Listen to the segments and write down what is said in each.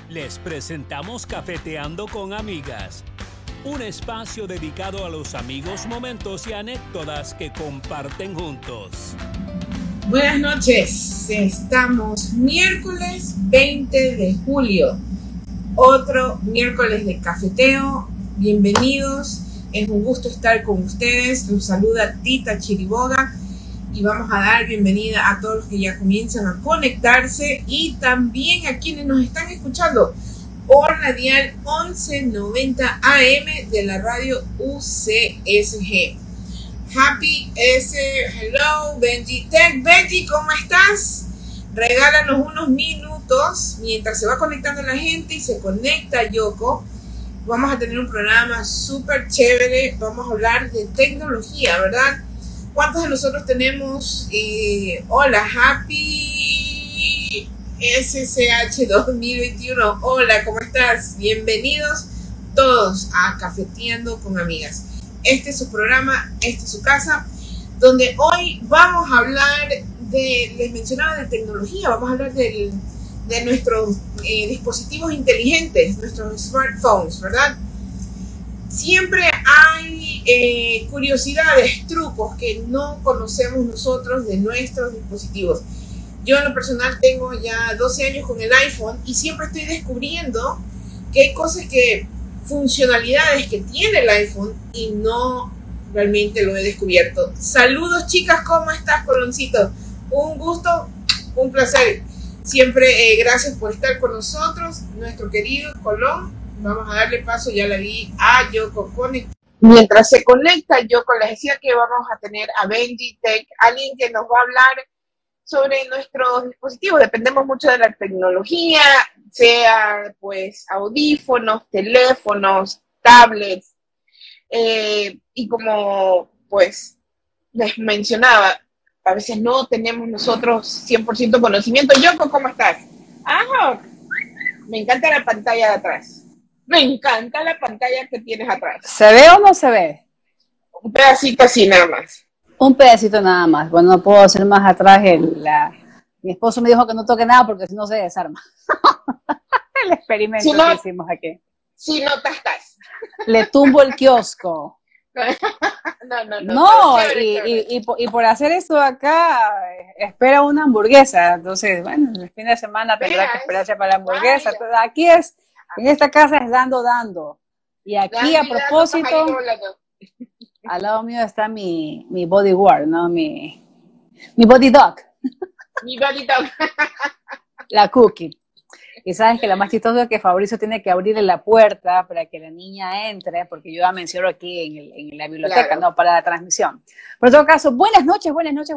Les presentamos Cafeteando con Amigas, un espacio dedicado a los amigos, momentos y anécdotas que comparten juntos. Buenas noches, estamos miércoles 20 de julio, otro miércoles de cafeteo. Bienvenidos, es un gusto estar con ustedes. Los saluda Tita Chiriboga y vamos a dar bienvenida a todos los que ya comienzan a conectarse y también a quienes nos están escuchando por la dial 1190 AM de la radio UCSG. Happy S, hello Benji Tech. Benji, ¿cómo estás? Regálanos unos minutos mientras se va conectando la gente y se conecta Yoko. Vamos a tener un programa súper chévere. Vamos a hablar de tecnología, ¿verdad? ¿Cuántos de nosotros tenemos? Hola, Happy SSH 2021. Hola, ¿cómo estás? Bienvenidos todos a Cafeteando con Amigas. Este es su programa, esta es su casa, donde hoy vamos a hablar les mencionaba de tecnología, vamos a hablar de nuestros dispositivos inteligentes, nuestros smartphones, ¿verdad? Siempre hay curiosidades, trucos que no conocemos nosotros de nuestros dispositivos. Yo en lo personal tengo ya 12 años con el iPhone y siempre estoy descubriendo que hay cosas funcionalidades que tiene el iPhone y no realmente lo he descubierto. Saludos chicas, ¿cómo estás, Coloncito? Un gusto, un placer. Siempre gracias por estar con nosotros, nuestro querido Colón. Vamos a darle paso, ya la vi a Yoko Connect. Mientras se conecta Yoko, les decía que vamos a tener a Benji Tech, alguien que nos va a hablar sobre nuestros dispositivos. Dependemos mucho de la tecnología, sea pues audífonos, teléfonos, tablets, y como pues les mencionaba, a veces no tenemos nosotros 100% conocimiento. Yoko, ¿cómo estás? Ajá, me encanta la pantalla de atrás. Me encanta la pantalla que tienes atrás. ¿Se ve o no se ve? Un pedacito así nada más. Un pedacito nada más. Bueno, no puedo hacer más atrás. Mi esposo me dijo que no toque nada porque si no se desarma. El experimento si no, que hicimos aquí. Si no estás. Le tumbo el kiosco. No, chévere. Y por hacer eso acá, espera una hamburguesa. Entonces, bueno, el fin de semana tendrá que esperarse para la hamburguesa. Entonces, aquí es, en esta casa es dando. Y aquí a propósito, al lado mío está mi bodyguard, ¿no? Mi body dog. Mi body dog. La Cookie. Y sabes que lo más chistoso es que Fabricio tiene que abrirle la puerta para que la niña entre, porque yo la menciono aquí en la biblioteca, claro, no para la transmisión. Por en todo caso, buenas noches.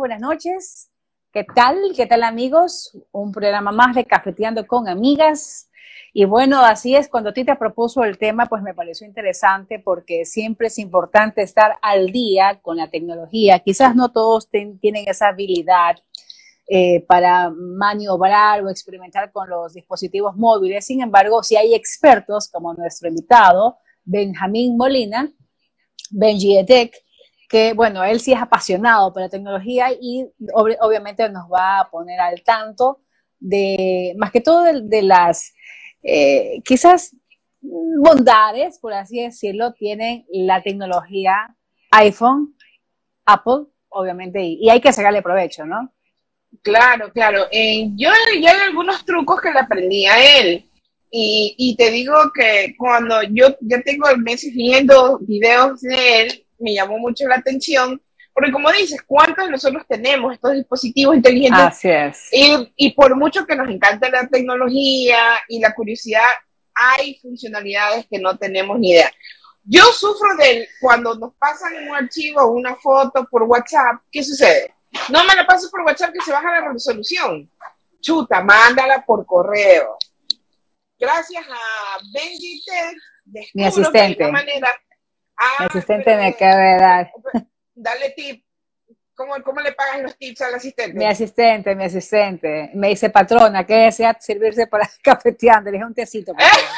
¿Qué tal, amigos? Un programa más de Cafeteando con Amigas. Y bueno, así es, cuando Tita propuso el tema, pues me pareció interesante porque siempre es importante estar al día con la tecnología. Quizás no todos tienen esa habilidad para maniobrar o experimentar con los dispositivos móviles. Sin embargo, si hay expertos como nuestro invitado, Benjamín Molina, Benji Tech, que bueno, él sí es apasionado por la tecnología y obviamente nos va a poner al tanto de, más que todo de las quizás bondades, por así decirlo, tiene la tecnología iPhone, Apple, obviamente, y hay que sacarle provecho, ¿no? Claro. Yo hay algunos trucos que le aprendí a él. Y te digo que cuando yo tengo meses viendo videos de él, me llamó mucho la atención. Porque como dices, ¿cuántos de nosotros tenemos estos dispositivos inteligentes? Así es. Y por mucho que nos encanta la tecnología y la curiosidad, hay funcionalidades que no tenemos ni idea. Yo sufro cuando nos pasan un archivo o una foto por WhatsApp, ¿qué sucede? No me la pases por WhatsApp que se baja la resolución. Chuta, mándala por correo. Gracias a Benji Tech, mi asistente. Mi asistente me acaba de dar. Dale tip. ¿Cómo le pagas los tips al asistente? Mi asistente. Me dice, patrona, ¿qué desea servirse para cafeteando? Le dije un tecito.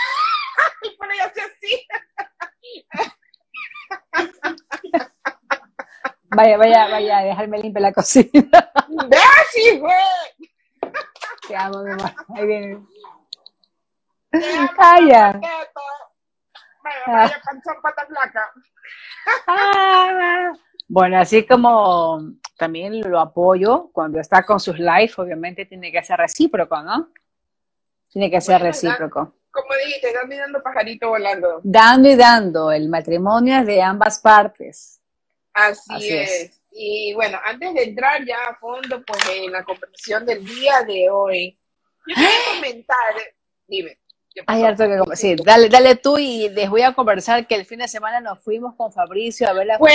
Y por ahí hace así. Vaya, dejarme limpia la cocina. ¡Sí, güey! Te amo, mamá. Ahí viene. Calla. Vaya panzón, pata flaca. Bueno, así como también lo apoyo cuando está con sus live, obviamente tiene que ser recíproco, ¿no? Tiene que ser recíproco. Como dijiste, dando y dando, pajarito volando. Dando y dando, el matrimonio es de ambas partes. Así es. Y bueno, antes de entrar ya a fondo, pues en la conversación del día de hoy, yo quería comentar, dime. Hay harto que conversar. Sí, dale tú y les voy a conversar que el fin de semana nos fuimos con Fabricio a ver la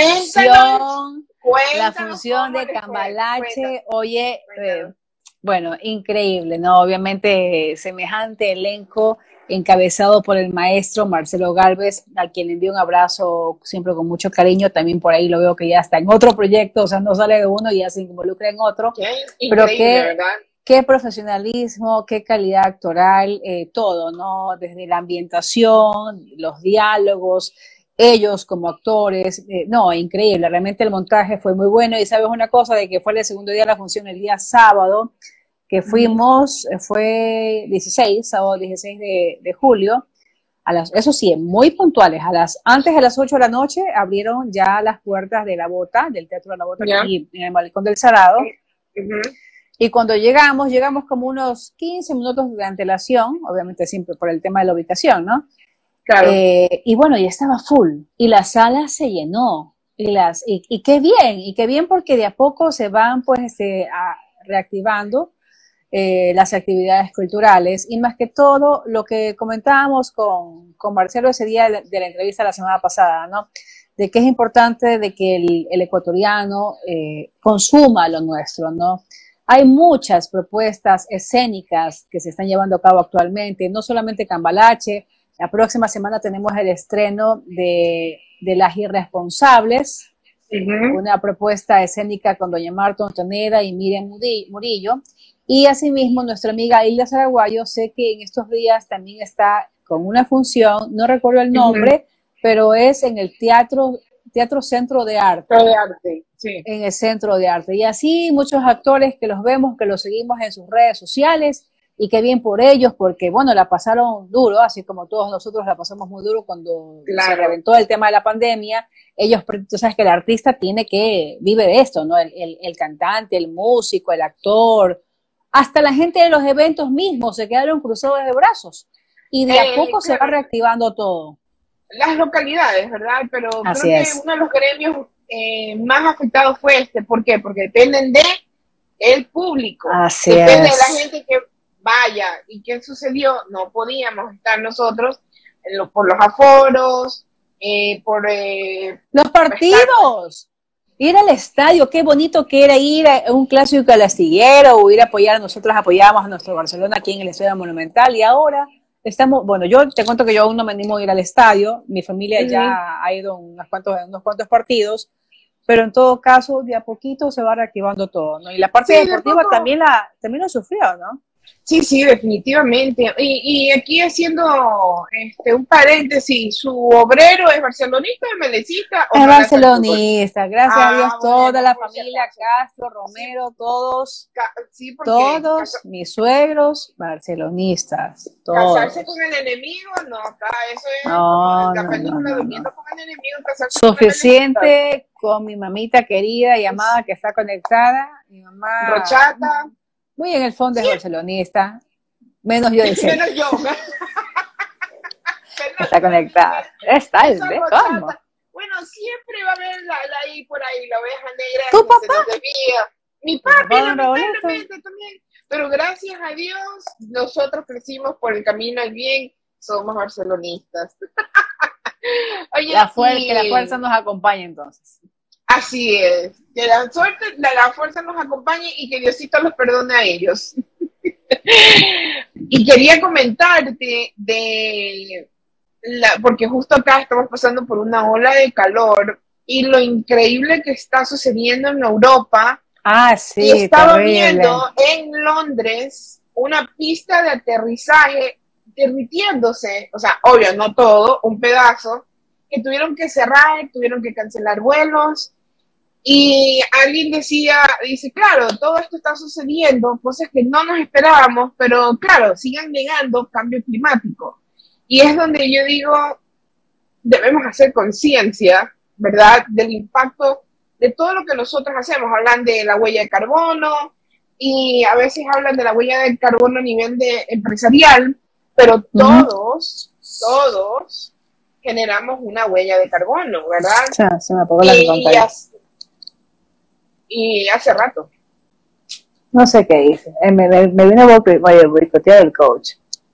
función de Cambalache. Oye, bueno, increíble, ¿no? Obviamente semejante elenco encabezado por el maestro Marcelo Gálvez, a quien le envío un abrazo siempre con mucho cariño. También por ahí lo veo que ya está en otro proyecto, o sea, no sale de uno y ya se involucra en otro. Pero qué profesionalismo, qué calidad actoral, todo, ¿no? Desde la ambientación, los diálogos, ellos como actores, no, increíble, realmente el montaje fue muy bueno. Y sabes una cosa, de que fue el segundo día de la función, el día sábado, que fuimos, fue sábado 16 de julio, eso sí, muy puntuales, antes de las 8 de la noche abrieron ya las puertas de La Bota, del Teatro de La Bota, aquí en el Malecón del Salado. Y cuando llegamos como unos 15 minutos de antelación, obviamente siempre por el tema de la ubicación, ¿no? Claro. Y bueno, ya estaba full, y la sala se llenó, y qué bien porque de a poco se van pues reactivando las actividades culturales, y más que todo lo que comentábamos con Marcelo ese día de la entrevista la semana pasada, ¿no? De que es importante de que el ecuatoriano consuma lo nuestro, ¿no? Hay muchas propuestas escénicas que se están llevando a cabo actualmente, no solamente Cambalache. La próxima semana tenemos el estreno de Las Irresponsables, una propuesta escénica con doña Marta Ontoneda y Miriam Murillo. Y asimismo, nuestra amiga Hilda Zaraguayo, sé que en estos días también está con una función, no recuerdo el nombre, pero es en el Teatro Centro de Arte. Sí. En el Centro de Arte. Y así muchos actores que los vemos, que los seguimos en sus redes sociales, y qué bien por ellos, porque bueno, la pasaron duro, así como todos nosotros la pasamos muy duro cuando se reventó el tema de la pandemia. Ellos, tú sabes que el artista vive de esto, ¿no? El cantante, el músico, el actor, hasta la gente de los eventos mismos se quedaron cruzados de brazos, y de a poco se va reactivando todo. Las localidades, ¿verdad? Pero así creo es. Que uno de los gremios más afectados fue ¿por qué? Porque dependen de el público, depende de la gente que vaya. ¿Y qué sucedió? No podíamos estar nosotros por los aforos, por los partidos, ir al estadio, qué bonito que era ir a un clásico al Astillero, o ir a apoyar. Nosotros apoyábamos a nuestro Barcelona aquí en el Estadio Monumental, y ahora bueno, yo te cuento que yo aún no me animo a ir al estadio, mi familia ya ha ido a unos cuantos partidos, pero en todo caso, de a poquito se va reactivando todo, ¿no? Y la parte deportiva también lo sufrió, ¿no? Sí, definitivamente. Y aquí haciendo un paréntesis, ¿su obrero es barcelonista, es melecista? Es barcelonista, gracias a Dios, toda la familia Castro, Romero, todos, mis suegros, barcelonistas, todos. Casarse con el enemigo, no, eso es la película Durmiendo con el enemigo, casarse suficiente con mi mamita querida y amada que está conectada, mi mamá Rochata. Muy en el fondo es barcelonista, menos yo de ser. Menos yo. Está conectada. ¿Cómo? Bueno, siempre va a haber la ahí por ahí, la oveja negra. ¿Tu papá? Mi papi, lamentablemente también. Pero gracias a Dios, nosotros crecimos por el camino del bien, somos barcelonistas. Oye, que la fuerza nos acompañe entonces. Así es, que la fuerza nos acompañe y que Diosito los perdone a ellos. Y quería comentarte porque justo acá estamos pasando por una ola de calor y lo increíble que está sucediendo en Europa. Sí, y estaba viendo en Londres una pista de aterrizaje derritiéndose, o sea, obvio, no todo, un pedazo, que tuvieron que cerrar, tuvieron que cancelar vuelos. Y alguien dice, claro, todo esto está sucediendo, cosas que no nos esperábamos, pero claro, sigan negando cambio climático. Y es donde yo digo, debemos hacer conciencia, ¿verdad?, del impacto de todo lo que nosotros hacemos. Hablan de la huella de carbono y a veces hablan de la huella de carbono a nivel empresarial, pero todos generamos una huella de carbono, ¿verdad? Sí, se me apagó la pantalla. Y hace rato. No sé qué hice. Me vino a boicotear el coach.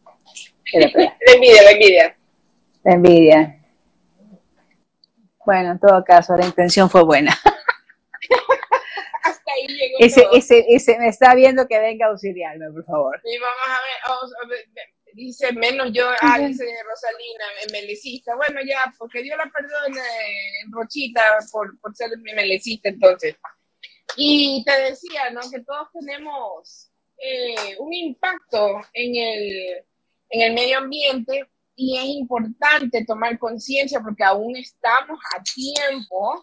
La envidia. Bueno, en todo caso, la intención fue buena. Hasta ahí llegó ese me está viendo, que venga a auxiliarme, por favor. Sí, vamos a ver. Dice menos yo, dice Rosalina, melecista. Bueno, ya, porque Dios la perdone, Rochita, por ser melecista, entonces. Y te decía, ¿no?, que todos tenemos un impacto en el medio ambiente, y es importante tomar conciencia porque aún estamos a tiempo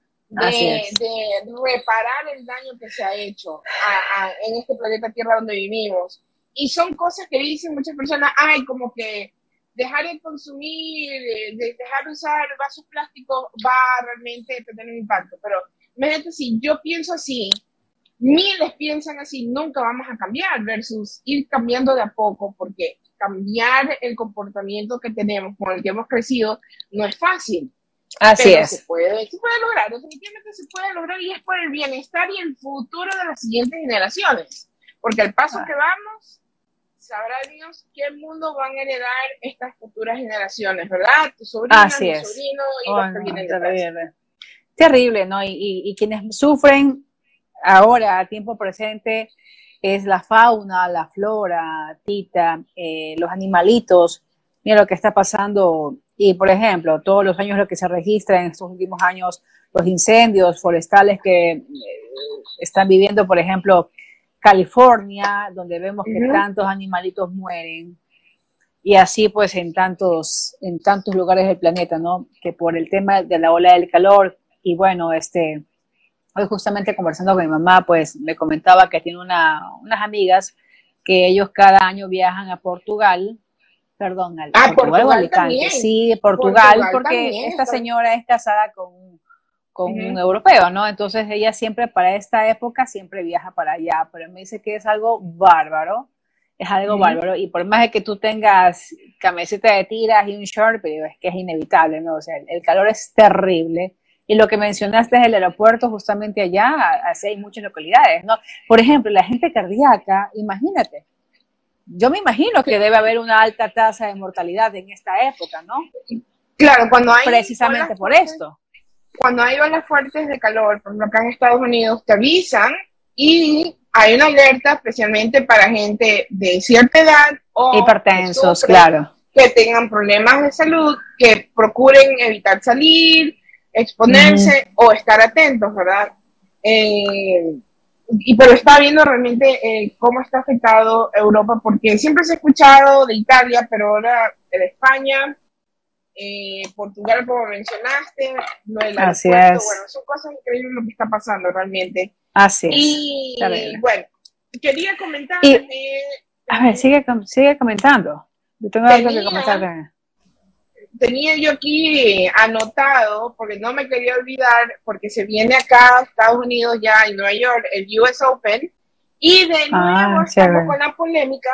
de reparar el daño que se ha hecho en este planeta Tierra donde vivimos. Y son cosas que dicen muchas personas, como que dejar de consumir, de dejar de usar vasos plásticos va a realmente tener un impacto. Pero imagínate, si yo pienso así, miles piensan así, nunca vamos a cambiar, versus ir cambiando de a poco, porque cambiar el comportamiento que tenemos, con el que hemos crecido, no es fácil. Así es. Se puede lograr, definitivamente se puede lograr, y es por el bienestar y el futuro de las siguientes generaciones. Porque al paso que vamos, sabrá Dios qué mundo van a heredar estas futuras generaciones, ¿verdad? Tu sobrina, mi sobrino y los que vienen detrás. Terrible, ¿no? Y quienes sufren ahora, a tiempo presente, es la fauna, la flora, Tita, los animalitos. Mira lo que está pasando. Y, por ejemplo, todos los años lo que se registra en estos últimos años, los incendios forestales que están viviendo, por ejemplo, California, donde vemos que tantos animalitos mueren. Y así, pues, en tantos lugares del planeta, ¿no? Que por el tema de la ola del calor. Y bueno, hoy justamente conversando con mi mamá, pues me comentaba que tiene unas amigas que ellos cada año viajan a Portugal, Portugal o Alicante, también. Sí, Portugal porque también, esta señora es casada con un europeo, ¿no? Entonces ella siempre, para esta época, siempre viaja para allá, pero me dice que es algo bárbaro, bárbaro, y por más de que tú tengas camiseta de tiras y un short, pero es que es inevitable, ¿no? O sea, el calor es terrible. Y lo que mencionaste es el aeropuerto, justamente allá, así hay muchas localidades, ¿no? Por ejemplo, la gente cardíaca, imagínate. Yo me imagino que debe haber una alta tasa de mortalidad en esta época, ¿no? Claro, cuando hay... Precisamente por esto. Cuando hay olas fuertes de calor, por ejemplo, acá en Estados Unidos, te avisan y hay una alerta especialmente para gente de cierta edad o... hipertensos, claro. Que tengan problemas de salud, que procuren evitar salir, exponerse o estar atentos, ¿verdad? Pero está viendo realmente cómo está afectado Europa, porque siempre se ha escuchado de Italia, pero ahora de España, Portugal, como mencionaste, lo del aeropuerto, bueno, son cosas increíbles lo que está pasando realmente. Así es. Y bueno, quería comentar... a ver, sigue comentando. Yo tengo algo que comentar también. Tenía yo aquí anotado, porque no me quería olvidar, porque se viene acá a Estados Unidos ya en Nueva York, el US Open, y de nuevo estamos con la polémica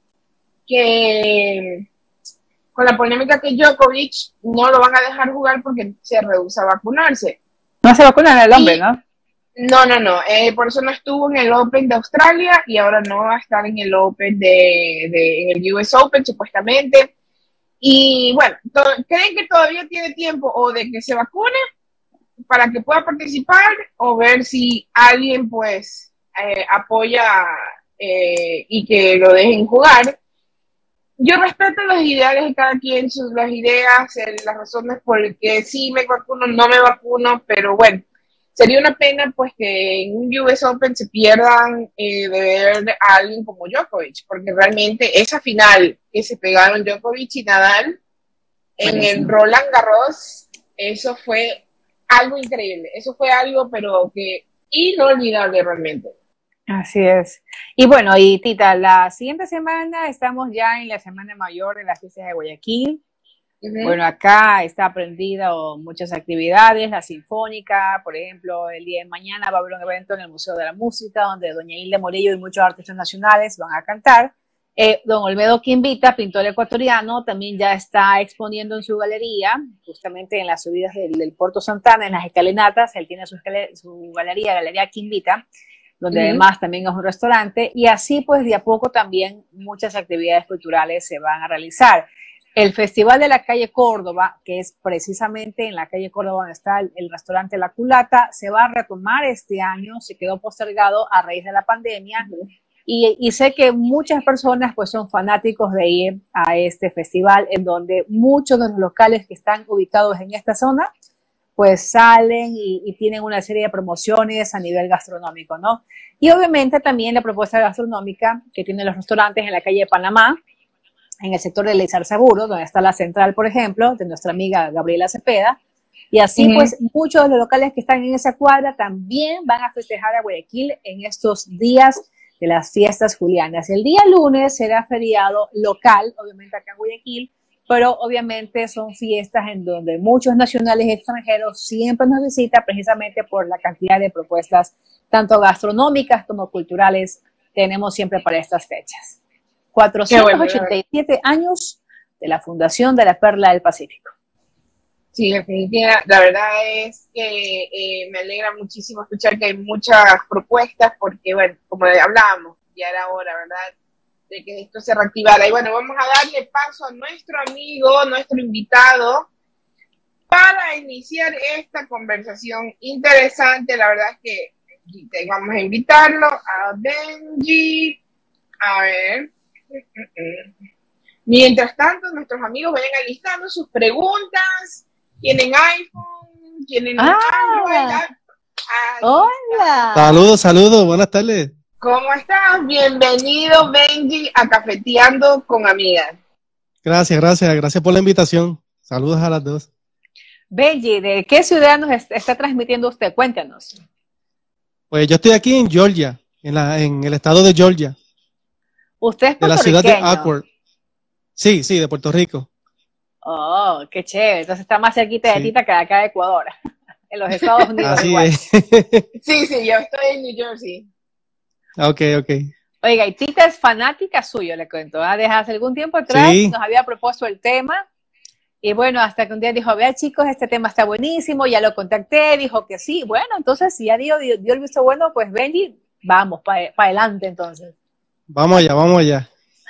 que Djokovic no lo van a dejar jugar porque se rehúsa a vacunarse. No se vacuna el hombre, ¿no? No, por eso no estuvo en el Open de Australia y ahora no va a estar en el Open en el US Open, supuestamente. Y bueno, ¿creen que todavía tiene tiempo o de que se vacune para que pueda participar o ver si alguien pues apoya y que lo dejen jugar? Yo respeto los ideales de cada quien, las ideas, las razones por las que sí me vacuno, no me vacuno, pero bueno, sería una pena pues que en un US Open se pierdan de ver a alguien como Djokovic, porque realmente esa final que se pegaron Djokovic y Nadal en el Roland Garros, eso fue algo increíble. Eso fue algo, pero que inolvidable realmente. Así es. Y bueno, y Tita, la siguiente semana estamos ya en la Semana Mayor de las Fiestas de Guayaquil. Bueno, acá está prendida muchas actividades, la Sinfónica, por ejemplo, el día de mañana va a haber un evento en el Museo de la Música donde doña Hilda Morillo y muchos artistas nacionales van a cantar. Don Olmedo Quimbita, pintor ecuatoriano, también ya está exponiendo en su galería, justamente en las subidas del Puerto Santana, en las escalinatas. Él tiene su galería, Galería Quimbita, donde además también es un restaurante, y así pues de a poco también muchas actividades culturales se van a realizar. El Festival de la Calle Córdoba, que es precisamente en la Calle Córdoba donde está el restaurante La Culata, se va a retomar este año, se quedó postergado a raíz de la pandemia, y sé que muchas personas pues son fanáticos de ir a este festival, en donde muchos de los locales que están ubicados en esta zona pues salen y tienen una serie de promociones a nivel gastronómico, ¿no? Y obviamente también la propuesta gastronómica que tienen los restaurantes en la calle de Panamá, en el sector de Leizarzaburo, donde está la central, por ejemplo, de nuestra amiga Gabriela Cepeda. Y así, pues, muchos de los locales que están en esa cuadra también van a festejar a Guayaquil en estos días de las fiestas julianas. El día lunes será feriado local, obviamente acá en Guayaquil, pero obviamente son fiestas en donde muchos nacionales y extranjeros siempre nos visitan precisamente por la cantidad de propuestas, tanto gastronómicas como culturales, tenemos siempre para estas fechas. 487 años de la fundación de la Perla del Pacífico. Sí, definitivamente, la verdad es que me alegra muchísimo escuchar que hay muchas propuestas, porque bueno, como hablábamos, ya era hora, ¿verdad?, de que esto se reactivara. Y bueno, vamos a darle paso a nuestro amigo, nuestro invitado, para iniciar esta conversación interesante. La verdad es que vamos a invitarlo a Benji. A ver. Mientras tanto, nuestros amigos vayan alistando sus preguntas. Tienen iPhone, tienen Android. Hola. Saludos, buenas tardes. ¿Cómo estás? Bienvenido, Benji, a Cafeteando con Amigas. Gracias por la invitación. Saludos a las dos. Benji, ¿de qué ciudad nos está transmitiendo usted? Cuéntanos. Pues yo estoy aquí en Georgia, en el estado de Georgia. ¿Usted es puertorriqueño? De la ciudad de Acworth. Sí, de Puerto Rico. Oh, qué chévere. Entonces está más cerquita de Tita que de acá de Ecuador, en los Estados Unidos. Así igual. es. Sí, yo estoy en New Jersey. Ok. Oiga, y Tita es fanática suya, le cuento. Desde hace algún tiempo atrás nos había propuesto el tema. Y bueno, hasta que un día dijo, vea chicos, este tema está buenísimo, ya lo contacté, dijo que sí. Bueno, entonces si ya dio el visto bueno, pues Benji, vamos, para adelante entonces. Vamos allá.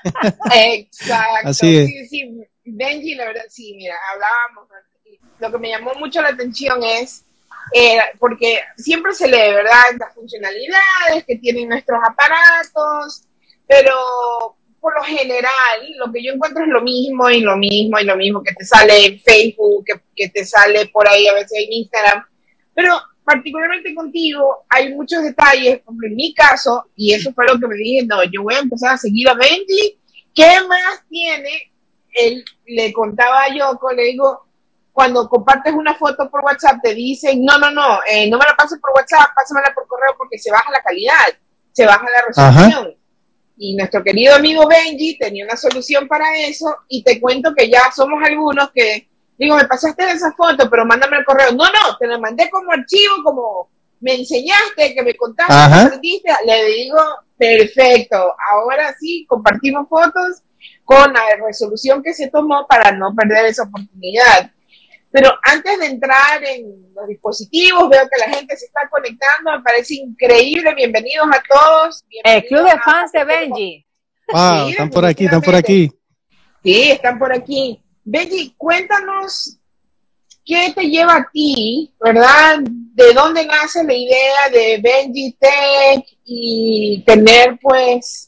Exacto. Así es. Sí, Benji, la verdad, sí, mira, hablábamos. Lo que me llamó mucho la atención es, porque siempre se lee, ¿verdad?, las funcionalidades que tienen nuestros aparatos, pero por lo general, lo que yo encuentro es lo mismo que te sale en Facebook, que te sale por ahí a veces en Instagram, pero particularmente contigo hay muchos detalles, como en mi caso, y eso fue lo que me dije, no, yo voy a empezar a seguir a Benji. ¿Qué más tiene? Él le contaba a Yoko, le digo, cuando compartes una foto por WhatsApp te dicen, no me la pases por WhatsApp, pásamela por correo porque se baja la calidad, se baja la resolución. Ajá. Y nuestro querido amigo Benji tenía una solución para eso, y te cuento que ya somos algunos que, digo, me pasaste esa foto, pero mándame el correo. No, te la mandé como archivo, como me enseñaste, que me contaste, que aprendiste. Le digo, perfecto, ahora sí, compartimos fotos con la resolución que se tomó para no perder esa oportunidad. Pero antes de entrar en los dispositivos, veo que la gente se está conectando, me parece increíble. Bienvenidos a todos. El club de fans de Benji. Wow, sí, están por aquí. Sí, están por aquí. Benji, cuéntanos qué te lleva a ti, ¿verdad? ¿De dónde nace la idea de Benji Tech y tener, pues,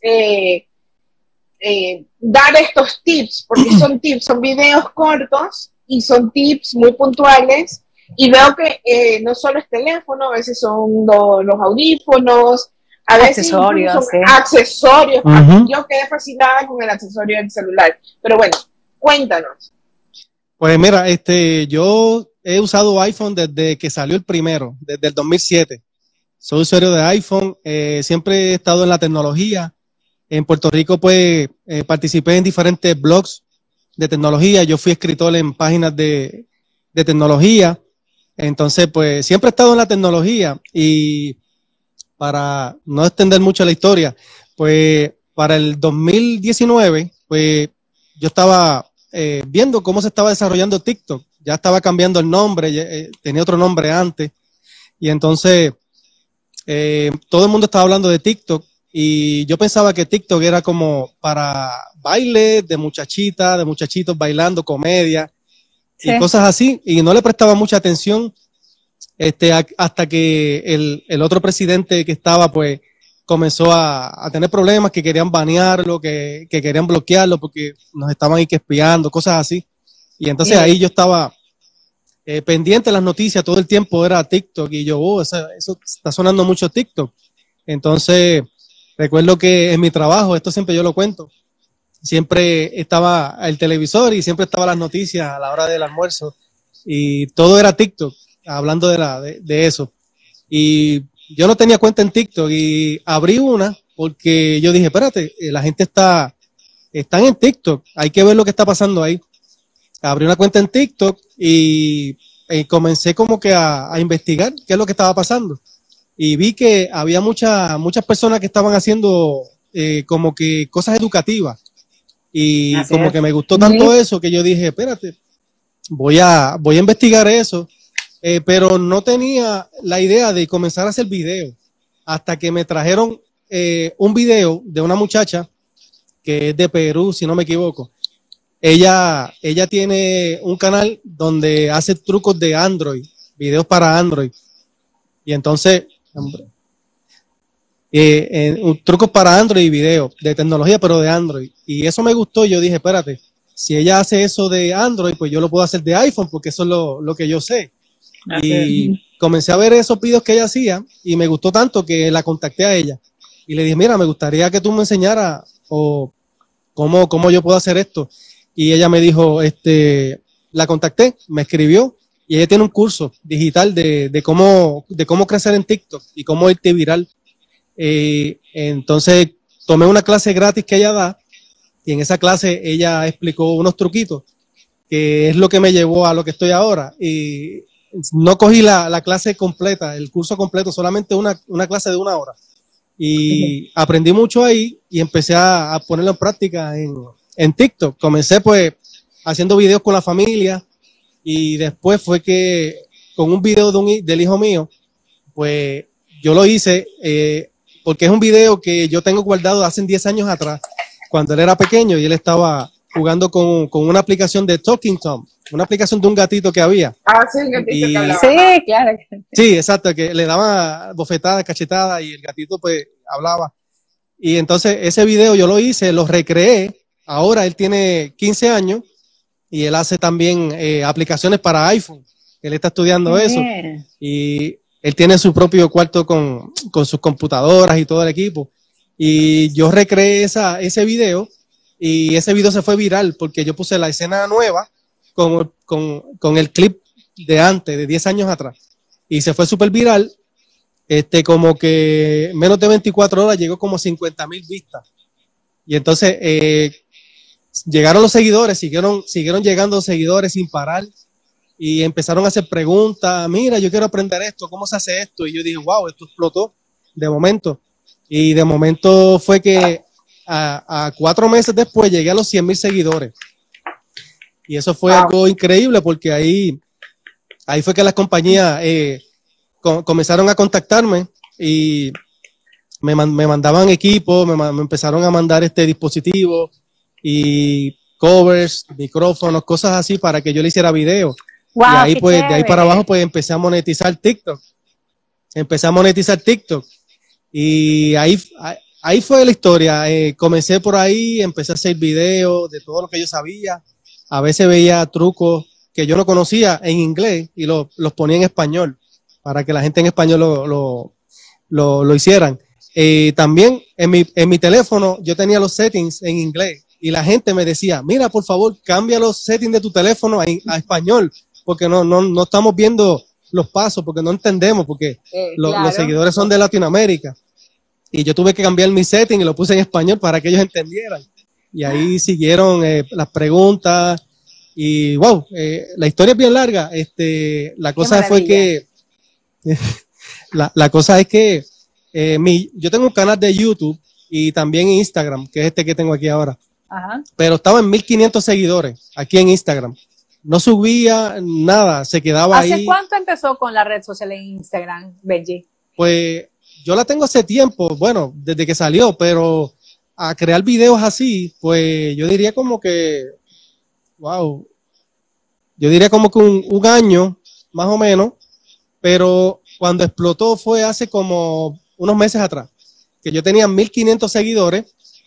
dar estos tips? Porque son tips, son videos cortos y son tips muy puntuales. Y veo que no solo es teléfono, a veces son los audífonos, a veces accesorios, son accesorios. Yo quedé fascinada con el accesorio del celular. Pero bueno, cuéntanos. Pues mira, yo he usado iPhone desde que salió el primero, desde el 2007. Soy usuario de iPhone, siempre he estado en la tecnología. En Puerto Rico, pues, participé en diferentes blogs de tecnología. Yo fui escritor en páginas de tecnología. Entonces, pues, siempre he estado en la tecnología. Y para no extender mucho la historia, pues, para el 2019, pues, yo estaba viendo cómo se estaba desarrollando TikTok. Ya estaba cambiando el nombre, tenía otro nombre antes. Y entonces, todo el mundo estaba hablando de TikTok. Y yo pensaba que TikTok era como para bailes de muchachitas, de muchachitos bailando, comedia y cosas así. Y no le prestaba mucha atención hasta que el otro presidente que estaba, pues, comenzó a tener problemas, que querían banearlo, que querían bloquearlo porque nos estaban ahí que espiando, cosas así. Y entonces ahí yo estaba pendiente de las noticias, todo el tiempo era TikTok. Y yo, eso está sonando mucho TikTok. Entonces, recuerdo que en mi trabajo, esto siempre yo lo cuento, siempre estaba el televisor y siempre estaban las noticias a la hora del almuerzo y todo era TikTok, hablando de eso. Y yo no tenía cuenta en TikTok y abrí una porque yo dije, espérate, la gente están en TikTok, hay que ver lo que está pasando ahí. Abrí una cuenta en TikTok y comencé como que a investigar qué es lo que estaba pasando. Y vi que había muchas personas que estaban haciendo como que cosas educativas. Y así como es. Que me gustó tanto eso que yo dije, espérate, voy a investigar eso. Pero no tenía la idea de comenzar a hacer videos. Hasta que me trajeron un video de una muchacha que es de Perú, si no me equivoco. Ella tiene un canal donde hace trucos de Android, videos para Android. Y entonces... trucos para Android y video, de tecnología, pero de Android. Y eso me gustó. Yo dije, espérate, si ella hace eso de Android, pues yo lo puedo hacer de iPhone, porque eso es lo que yo sé. Y comencé a ver esos videos que ella hacía y me gustó tanto que la contacté a ella. Y le dije, mira, me gustaría que tú me enseñaras o cómo yo puedo hacer esto. Y ella me dijo, la contacté, me escribió. Y ella tiene un curso digital de cómo crecer en TikTok y cómo irte viral. Entonces tomé una clase gratis que ella da y en esa clase ella explicó unos truquitos que es lo que me llevó a lo que estoy ahora. Y no cogí la clase completa, el curso completo, solamente una clase de 1 hora. Y aprendí mucho ahí y empecé a ponerlo en práctica en TikTok. Comencé pues haciendo videos con la familia. Y después fue que con un video del hijo mío, pues yo lo hice porque es un video que yo tengo guardado hace 10 años atrás, cuando él era pequeño y él estaba jugando con una aplicación de Talking Tom, una aplicación de un gatito que había. Sí, el gatito que hablaba. Sí, claro. Sí, exacto, que le daba bofetadas, cachetadas y el gatito pues hablaba. Y entonces ese video yo lo hice, lo recreé. Ahora él tiene 15 años. Y él hace también aplicaciones para iPhone. Él está estudiando eso. Y él tiene su propio cuarto con sus computadoras y todo el equipo. Y yo recreé ese video y ese video se fue viral porque yo puse la escena nueva con el clip de antes, de 10 años atrás. Y se fue súper viral. Como que menos de 24 horas llegó como 50,000 vistas. Y entonces... llegaron los seguidores, siguieron llegando seguidores sin parar y empezaron a hacer preguntas, mira, yo quiero aprender esto, ¿cómo se hace esto? Y yo dije, wow, esto explotó de momento. Y de momento fue que a 4 meses después llegué a los 100,000 seguidores. Y eso fue algo increíble porque ahí fue que las compañías comenzaron a contactarme y me mandaban equipos, me empezaron a mandar dispositivos y covers, micrófonos, cosas así para que yo le hiciera video. Wow, y ahí pues chévere. De ahí para abajo pues empecé a monetizar TikTok. Y ahí fue la historia. Comencé por ahí, empecé a hacer videos de todo lo que yo sabía. A veces veía trucos que yo no conocía en inglés y los ponía en español para que la gente en español lo hicieran. También en mi teléfono yo tenía los settings en inglés. Y la gente me decía, mira, por favor, cambia los settings de tu teléfono a español, porque no estamos viendo los pasos, porque no entendemos, porque claro. Los seguidores son de Latinoamérica. Y yo tuve que cambiar mi setting y lo puse en español para que ellos entendieran. Y ahí siguieron las preguntas. Y wow, la historia es bien larga. La cosa fue que la cosa es que yo tengo un canal de YouTube y también Instagram, que es este que tengo aquí ahora. Ajá. Pero estaba en 1500 seguidores aquí en Instagram. No subía nada, se quedaba ahí. ¿Hace cuánto empezó con la red social en Instagram, Benji? Pues yo la tengo hace tiempo, bueno, desde que salió, pero a crear videos así, pues yo diría como que, wow, yo diría como que un año, más o menos, pero cuando explotó fue hace como unos meses atrás, que yo tenía 1500 seguidores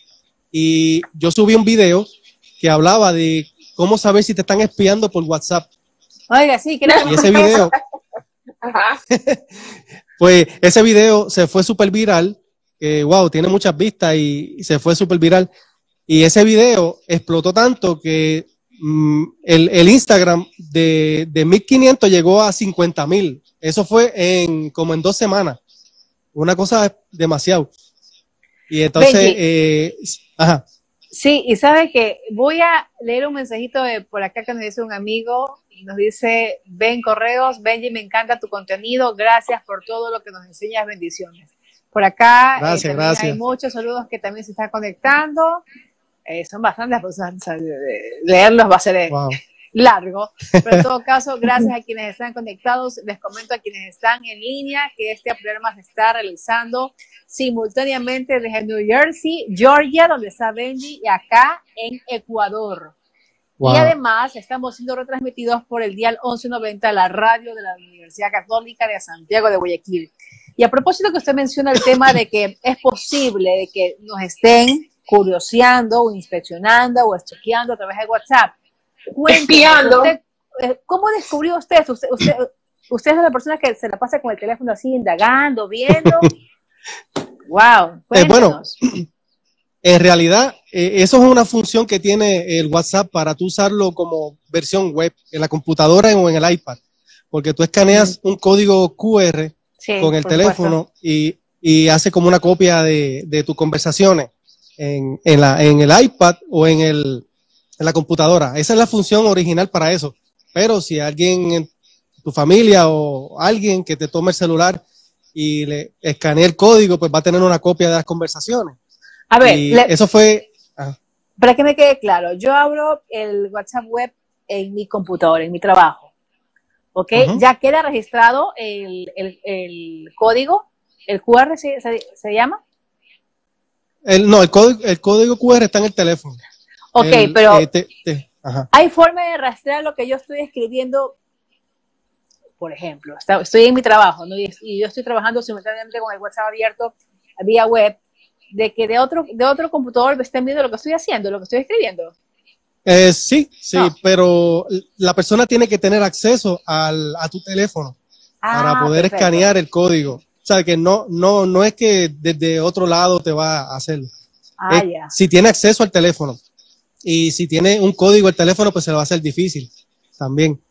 y yo subí un video que hablaba de cómo saber si te están espiando por WhatsApp. Oiga, sí, creo que Y ese video, Ajá. pues ese video se fue súper viral, wow, tiene muchas vistas y se fue súper viral. Y ese video explotó tanto que el Instagram de 1500 llegó a 50,000. Eso fue como en 2 semanas. Una cosa demasiado. Y entonces, ajá. Sí, y sabe que voy a leer un mensajito por acá que nos dice un amigo, y nos dice, ven correos, Benji, me encanta tu contenido, gracias por todo lo que nos enseñas, bendiciones. Por acá Gracias. hay muchos saludos que también se están conectando, son bastantes personas, o sea, leerlos va a ser Wow. largo, pero en todo caso, gracias a quienes están conectados, les comento a quienes están en línea que este programa se está realizando simultáneamente desde New Jersey, Georgia, donde está Benji, y acá en Ecuador. Wow. Y además estamos siendo retransmitidos por el dial 1190, la radio de la Universidad Católica de Santiago de Guayaquil. Y a propósito que usted menciona el tema de que es posible de que nos estén curioseando o inspeccionando o estoqueando a través de WhatsApp. Espiando. ¿Cómo descubrió usted? ¿Usted es de la persona que se la pasa con el teléfono así, indagando, viendo? Wow. Bueno, en realidad, eso es una función que tiene el WhatsApp para tú usarlo como versión web en la computadora o en el iPad, porque tú escaneas un código QR con el teléfono y hace como una copia de tus conversaciones en el iPad o en la computadora. Esa es la función original para eso. Pero si alguien en tu familia o alguien que te tome el celular y le escanee el código, pues va a tener una copia de las conversaciones. A ver, eso fue... Para que me quede claro, yo abro el WhatsApp web en mi computadora, en mi trabajo. ¿Ok? Ya queda registrado el código, el QR se llama. El código QR está en el teléfono. Ok, pero ¿hay forma de rastrear lo que yo estoy escribiendo? Por ejemplo, estoy en mi trabajo, ¿no? y yo estoy trabajando simultáneamente con el WhatsApp abierto vía web, de que de otro computador me estén viendo lo que estoy haciendo, lo que estoy escribiendo. Sí, no. Pero la persona tiene que tener acceso a tu teléfono para poder escanear el código. O sea, que no es que desde otro lado te va a hacerlo. Si tiene acceso al teléfono. Y si tiene un código el teléfono, pues se lo va a hacer difícil también.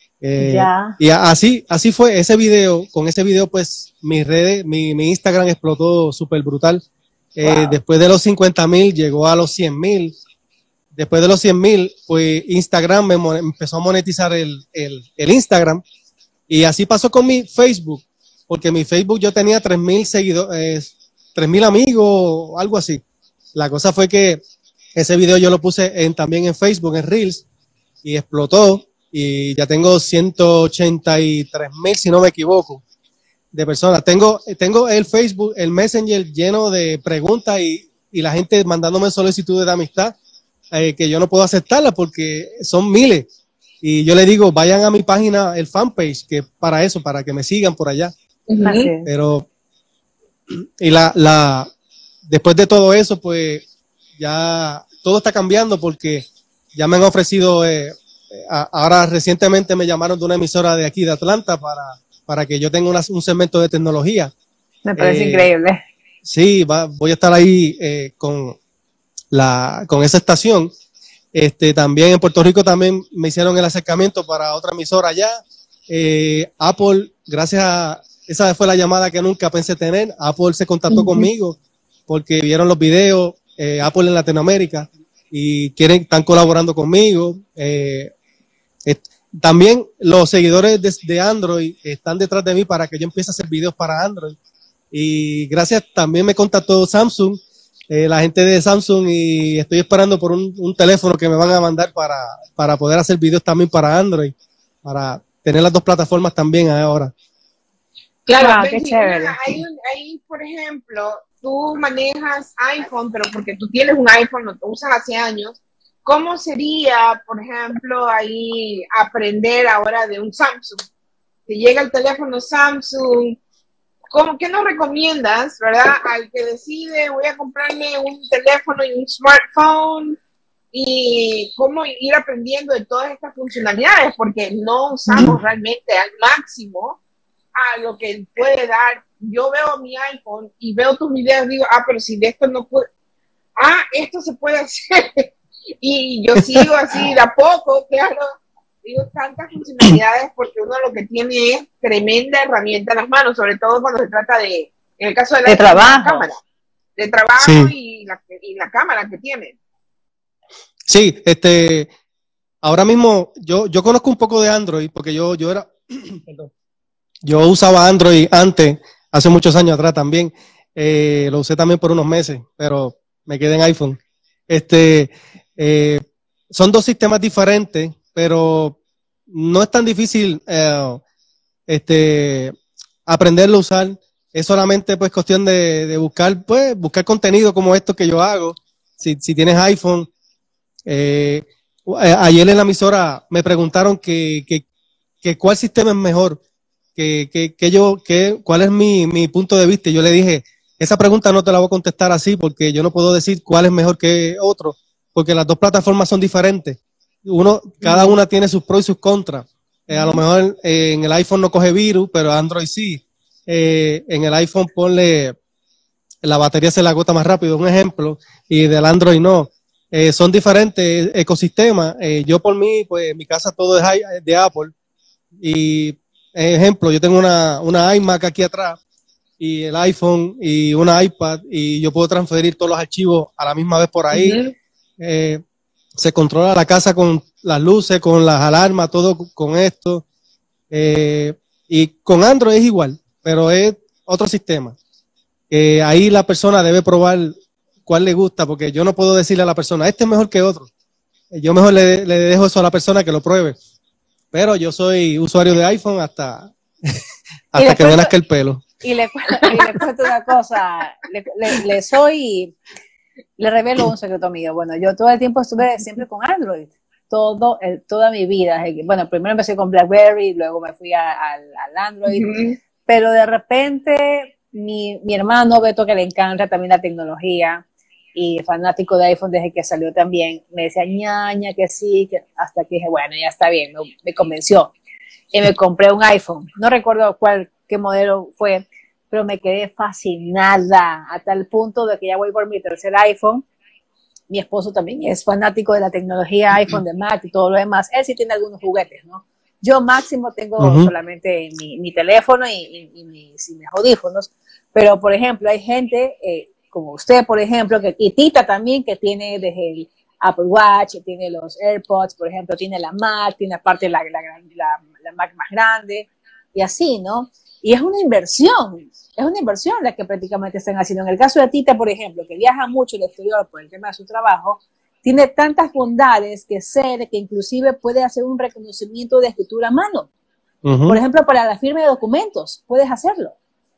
Y así fue ese video. Con ese video, pues mis redes, mi Instagram explotó súper brutal. Wow. Después de los 50,000 llegó a los 100,000. Después de los 100,000, pues Instagram empezó a monetizar el Instagram. Y así pasó con mi Facebook. Porque mi Facebook yo tenía 3,000 seguidores, 3,000 amigos, algo así. La cosa fue que ese video yo lo puse también en Facebook, en Reels, y explotó. Y ya tengo 183,000, si no me equivoco, de personas. Tengo el Facebook, el Messenger lleno de preguntas y la gente mandándome solicitudes de amistad que yo no puedo aceptarlas porque son miles. Y yo le digo, vayan a mi página, el fanpage, que para eso, para que me sigan por allá. Pero, y después de todo eso, pues ya todo está cambiando porque ya me han ofrecido, ahora recientemente me llamaron de una emisora de aquí de Atlanta para que yo tenga un segmento de tecnología. Me parece increíble. Sí, voy a estar ahí con esa estación. También en Puerto Rico también me hicieron el acercamiento para otra emisora allá. Apple, gracias a, esa fue la llamada que nunca pensé tener. Apple se contactó conmigo porque vieron los videos, Apple en Latinoamérica, y están colaborando conmigo. También los seguidores de Android están detrás de mí para que yo empiece a hacer videos para Android. Y gracias, también me contactó Samsung, la gente de Samsung, y estoy esperando por un teléfono que me van a mandar para poder hacer videos también para Android, para tener las dos plataformas también ahora. Claro, qué chévere. Ahí, por ejemplo, tú manejas iPhone, pero porque tú tienes un iPhone, lo usas hace años. ¿Cómo sería, por ejemplo, ahí aprender ahora de un Samsung? Te llega el teléfono Samsung, ¿qué nos recomiendas, verdad? Al que decide, voy a comprarme un teléfono y un smartphone, y cómo ir aprendiendo de todas estas funcionalidades, porque no usamos realmente al máximo a lo que puede dar. Yo veo mi iPhone y veo tus videos y digo, pero si de esto no puedo, esto se puede hacer. Y yo sigo así de a poco, claro, digo, tantas funcionalidades, porque uno lo que tiene es tremenda herramienta en las manos, sobre todo cuando se trata en el caso de trabajo, la cámara, de trabajo, sí. y la cámara que tiene. Sí, ahora mismo yo conozco un poco de Android, porque yo era, perdón, yo usaba Android antes, hace muchos años atrás también, lo usé también por unos meses, pero me quedé en iPhone. Son dos sistemas diferentes, pero no es tan difícil aprenderlo a usar. Es solamente pues cuestión de buscar contenido como esto que yo hago. Si tienes iPhone, ayer en la emisora me preguntaron que cuál sistema es mejor, cuál es mi punto de vista. Y yo le dije, esa pregunta no te la voy a contestar así, porque yo no puedo decir cuál es mejor que otro, porque las dos plataformas son diferentes. Cada una tiene sus pros y sus contras. A lo mejor en el iPhone no coge virus, pero Android sí. En el iPhone la batería se le agota más rápido, un ejemplo, y del Android no. Son diferentes ecosistemas. Yo por mí, pues en mi casa todo es de Apple. Y ejemplo, yo tengo una iMac aquí atrás, y el iPhone y una iPad, y yo puedo transferir todos los archivos a la misma vez por ahí. Se controla la casa con las luces, con las alarmas, todo con esto. Y con Android es igual, pero es otro sistema. Ahí la persona debe probar cuál le gusta, porque yo no puedo decirle a la persona, este es mejor que otro. Yo mejor le dejo eso a la persona que lo pruebe. Pero yo soy usuario de iPhone hasta que me nazca el pelo. Y le cuento una cosa, le revelo un secreto mío. Bueno, yo todo el tiempo estuve siempre con Android, toda mi vida. Bueno, primero empecé con BlackBerry, luego me fui al Android, pero de repente mi hermano Beto, que le encanta también la tecnología y fanático de iPhone desde que salió también, me decía ñaña que sí, hasta que dije, bueno, ya está bien, me convenció. Y me compré un iPhone, no recuerdo qué modelo fue, pero me quedé fascinada a tal punto de que ya voy por mi tercer iPhone. Mi esposo también es fanático de la tecnología iPhone, de Mac y todo lo demás. Él sí tiene algunos juguetes, ¿no? Yo máximo tengo solamente mi teléfono y mis audífonos, pero por ejemplo hay gente como usted, por ejemplo, y Tita también, que tiene desde el Apple Watch, tiene los AirPods, por ejemplo, tiene la Mac, tiene aparte la Mac más grande, y así, ¿no? Y es una inversión la que prácticamente están haciendo. En el caso de Tita, por ejemplo, que viaja mucho al exterior por el tema de su trabajo, tiene tantas bondades que inclusive puede hacer un reconocimiento de escritura a mano. Por ejemplo, para la firma de documentos, puedes hacerlo.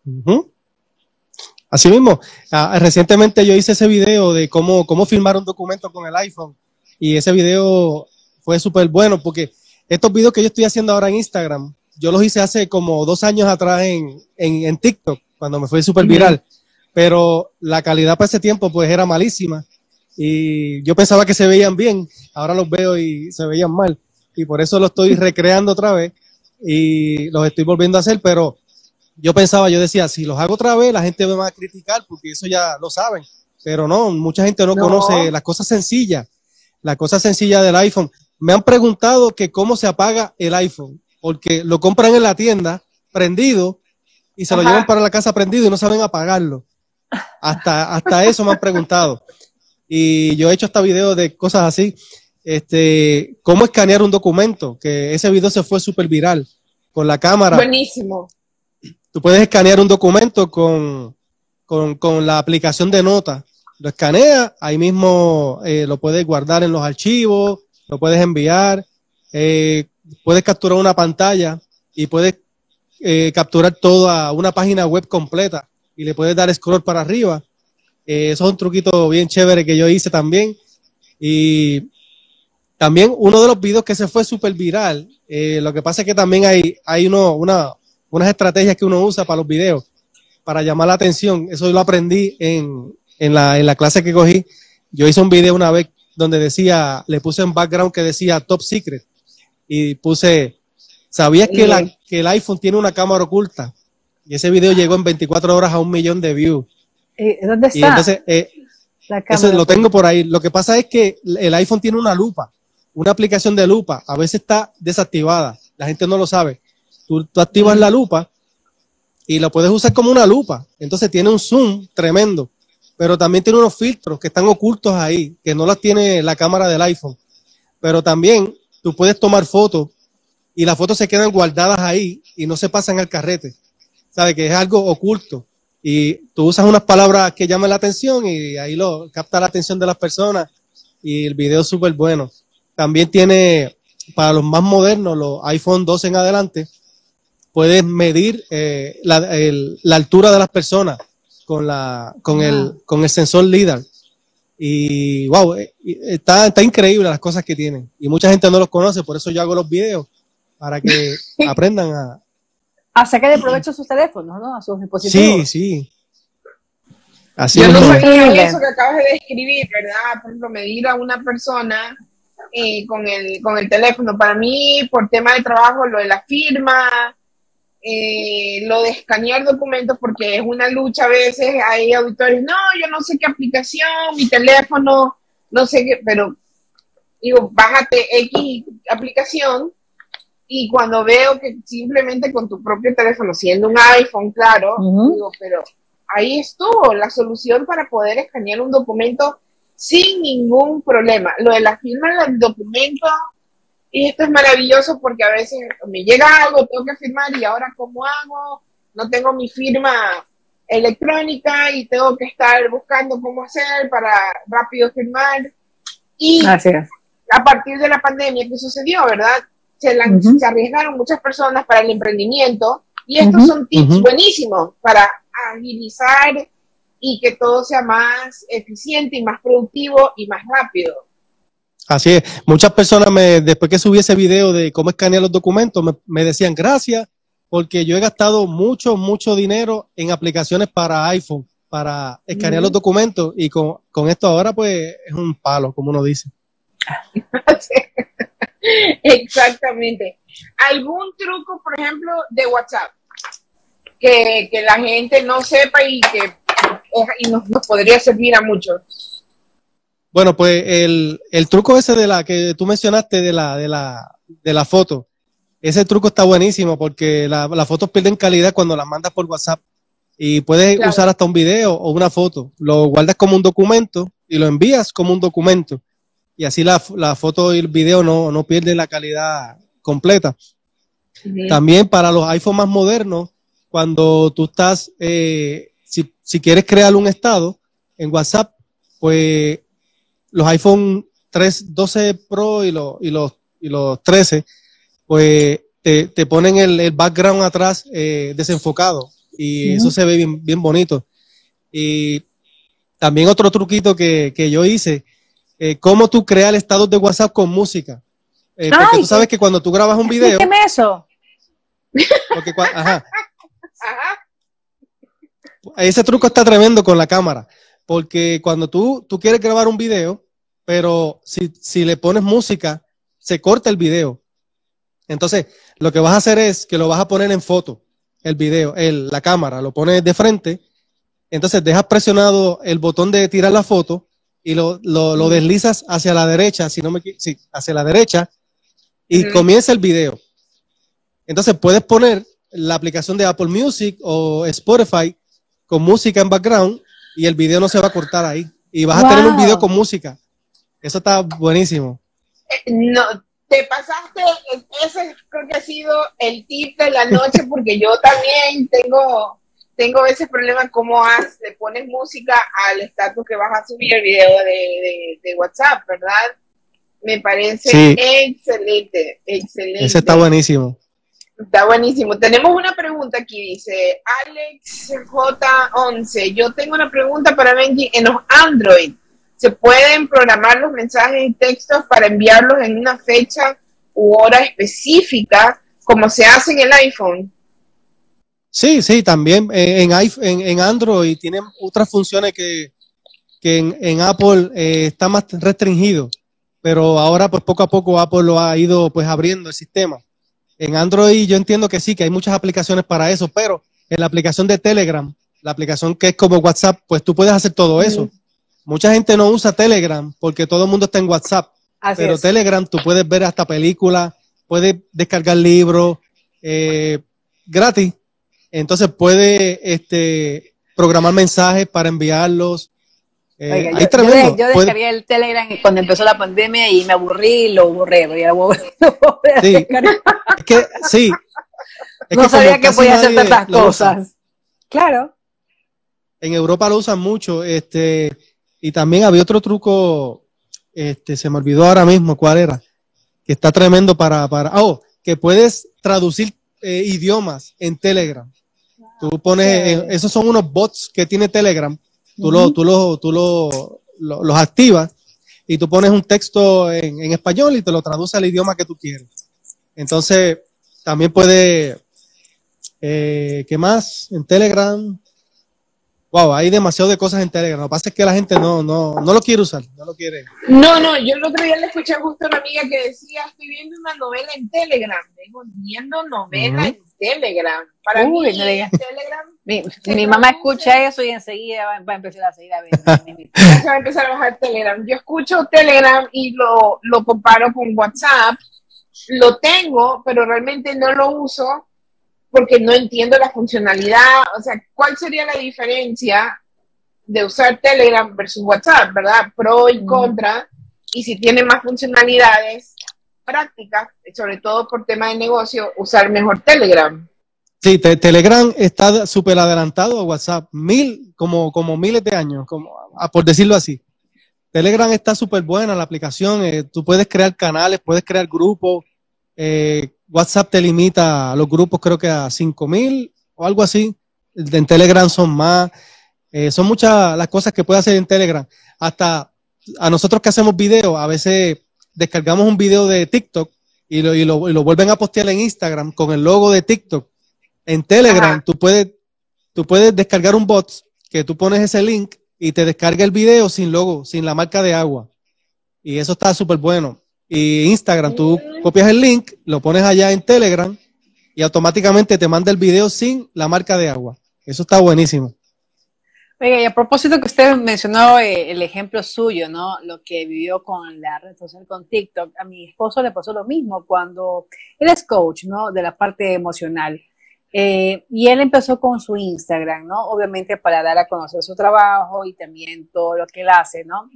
Así mismo, recientemente yo hice ese video de cómo firmar un documento con el iPhone, y ese video fue súper bueno, porque estos videos que yo estoy haciendo ahora en Instagram, yo los hice hace como 2 años atrás en TikTok, cuando me fue súper viral, pero la calidad para ese tiempo pues era malísima, y yo pensaba que se veían bien, ahora los veo y se veían mal, y por eso los estoy recreando otra vez, y los estoy volviendo a hacer, pero yo decía, si los hago otra vez, la gente me va a criticar, porque eso ya lo saben, pero no, mucha gente no conoce las cosas sencillas. la cosa sencilla del iPhone. Me han preguntado que cómo se apaga el iPhone, porque lo compran en la tienda prendido y se lo llevan para la casa prendido y no saben apagarlo. Hasta eso me han preguntado. Y yo he hecho hasta videos de cosas así. Cómo escanear un documento, que ese video se fue súper viral con la cámara. Buenísimo. Tú puedes escanear un documento con la aplicación de notas. Lo escaneas, ahí mismo lo puedes guardar en los archivos, lo puedes enviar, puedes capturar una pantalla y puedes capturar toda una página web completa y le puedes dar scroll para arriba. Eso es un truquito bien chévere que yo hice también. Y también uno de los videos que se fue súper viral, lo que pasa es que también hay unas estrategias que uno usa para los videos, para llamar la atención. Eso yo lo aprendí en la clase que cogí. Yo hice un video una vez donde le puse en background que decía Top Secret y puse, ¿sabías que el iPhone tiene una cámara oculta? Y ese video llegó en 24 horas a 1 millón de views. ¿Dónde está? Y entonces, eso lo tengo por ahí. Lo que pasa es que el iPhone tiene una lupa, una aplicación de lupa. A veces está desactivada. La gente no lo sabe. Tú activas la lupa y lo puedes usar como una lupa. Entonces tiene un zoom tremendo, pero también tiene unos filtros que están ocultos ahí, que no las tiene la cámara del iPhone. Pero también tú puedes tomar fotos y las fotos se quedan guardadas ahí y no se pasan al carrete. ¿Sabes? Que es algo oculto. Y tú usas unas palabras que llaman la atención y ahí lo capta la atención de las personas y el video es súper bueno. También tiene, para los más modernos, los iPhone 12 en adelante, puedes medir la altura de las personas con el sensor LiDAR. Y wow, está increíble las cosas que tienen. Y mucha gente no los conoce, por eso yo hago los videos, para que aprendan a sacar de provecho sus teléfonos, ¿no? A sus dispositivos. Sí. Así Yo es. no sabía eso que acabas de describir, ¿verdad? Por ejemplo, medir a una persona con el teléfono. Para mí, por tema de trabajo, lo de la firma, lo de escanear documentos, porque es una lucha a veces. Hay auditores, no, yo no sé qué aplicación, mi teléfono, no sé qué, pero digo, bájate X aplicación. Y cuando veo que simplemente con tu propio teléfono, siendo un iPhone, claro, digo, pero ahí estuvo la solución para poder escanear un documento sin ningún problema. Lo de la firma del documento, y esto es maravilloso porque a veces me llega algo, tengo que firmar y ahora ¿cómo hago? No tengo mi firma electrónica y tengo que estar buscando cómo hacer para rápido firmar. Y a partir de la pandemia, ¿qué sucedió, verdad? Se arriesgaron muchas personas para el emprendimiento y estos son tips buenísimos para agilizar y que todo sea más eficiente y más productivo y más rápido. Así es. Muchas personas después que subí ese video de cómo escanear los documentos, me decían gracias porque yo he gastado mucho dinero en aplicaciones para iPhone, para escanear los documentos y con esto ahora pues es un palo, como uno dice. Exactamente. ¿Algún truco, por ejemplo, de WhatsApp que la gente no sepa y nos podría servir a muchos? Bueno, pues el truco ese de la que tú mencionaste de la foto, ese truco está buenísimo porque las fotos pierden calidad cuando las mandas por WhatsApp y puedes usar hasta un video o una foto. Lo guardas como un documento y lo envías como un documento. Y así la foto y el video no pierden la calidad completa. También para los iPhone más modernos, cuando tú estás, si quieres crear un estado en WhatsApp, pues los iPhone 12 Pro y los 13, pues te ponen el background atrás desenfocado y eso se ve bien bonito. Y también otro truquito que yo hice, cómo tú crear estados de WhatsApp con música. Porque tú sabes que cuando tú grabas un video... Explíqueme eso. Porque, ese truco está tremendo con la cámara. Porque cuando tú quieres grabar un video, pero si le pones música, se corta el video. Entonces, lo que vas a hacer es que lo vas a poner en foto, el video, la cámara, lo pones de frente. Entonces, dejas presionado el botón de tirar la foto y lo deslizas hacia la derecha, sí, hacia la derecha, y comienza el video. Entonces puedes poner la aplicación de Apple Music o Spotify con música en background y el video no se va a cortar ahí. Y vas a tener un video con música. Eso está buenísimo. No, te pasaste, ese creo que ha sido el tip de la noche, porque yo también tengo ese problema. ¿Cómo le pones música al estatus que vas a subir el video de WhatsApp, verdad? Me parece excelente. Ese está buenísimo. Está buenísimo. Tenemos una pregunta aquí, dice Alex J11. Yo tengo una pregunta para Benji. En los Android, ¿se pueden programar los mensajes y textos para enviarlos en una fecha u hora específica, como se hace en el iPhone? Sí, también en Android tienen otras funciones que en Apple está más restringido, pero ahora pues poco a poco Apple lo ha ido pues abriendo el sistema. En Android yo entiendo que sí, que hay muchas aplicaciones para eso, pero en la aplicación de Telegram, la aplicación que es como WhatsApp, pues tú puedes hacer todo eso. Mucha gente no usa Telegram porque todo el mundo está en WhatsApp, pero Telegram tú puedes ver hasta películas, puedes descargar libros gratis. Entonces puedes programar mensajes para enviarlos. Oiga, yo descargué el Telegram cuando empezó la pandemia y me aburrí y lo borré. Sí, es no que sabía que podía hacer tantas cosas. Claro. En Europa lo usan mucho. Y también había otro truco, se me olvidó ahora mismo cuál era, que está tremendo que puedes traducir idiomas en Telegram. Tú pones, esos son unos bots que tiene Telegram. Tú los activas y tú pones un texto en español y te lo traduce al idioma que tú quieres. Entonces, también puede, ¿qué más? En Telegram. Wow, hay demasiado de cosas en Telegram. Lo que pasa es que la gente no lo quiere usar, no lo quiere. No, yo el otro día le escuché justo a una amiga que decía, estoy viendo una novela en Telegram. Vengo viendo novela en Telegram. Para mí, Telegram... Mi mamá escucha eso y enseguida va a empezar a seguir a ver. Se va a empezar a bajar Telegram. Yo escucho Telegram y lo comparo con WhatsApp. Lo tengo, pero realmente no lo uso porque no entiendo la funcionalidad. O sea, ¿cuál sería la diferencia de usar Telegram versus WhatsApp, verdad? Pro y contra. Y si tiene más funcionalidades prácticas, sobre todo por tema de negocio, usar mejor Telegram. Sí, Telegram está súper adelantado a WhatsApp, como miles de años, por decirlo así. Telegram está súper buena la aplicación, tú puedes crear canales, puedes crear grupos. WhatsApp te limita a los grupos creo que a 5,000 o algo así. En Telegram son más. Son muchas las cosas que puedes hacer en Telegram. Hasta a nosotros que hacemos videos, a veces descargamos un video de TikTok y lo vuelven a postear en Instagram con el logo de TikTok. En Telegram tú puedes descargar un bot que tú pones ese link y te descarga el video sin logo, sin la marca de agua. Y eso está súper bueno. Y Instagram, tú copias el link, lo pones allá en Telegram y automáticamente te manda el video sin la marca de agua. Eso está buenísimo. Oiga, y a propósito que usted mencionó el ejemplo suyo, ¿no? Lo que vivió con la red social, con TikTok. A mi esposo le pasó lo mismo cuando él es coach, ¿no? De la parte emocional. Y él empezó con su Instagram, ¿no? Obviamente para dar a conocer su trabajo y también todo lo que él hace, ¿no?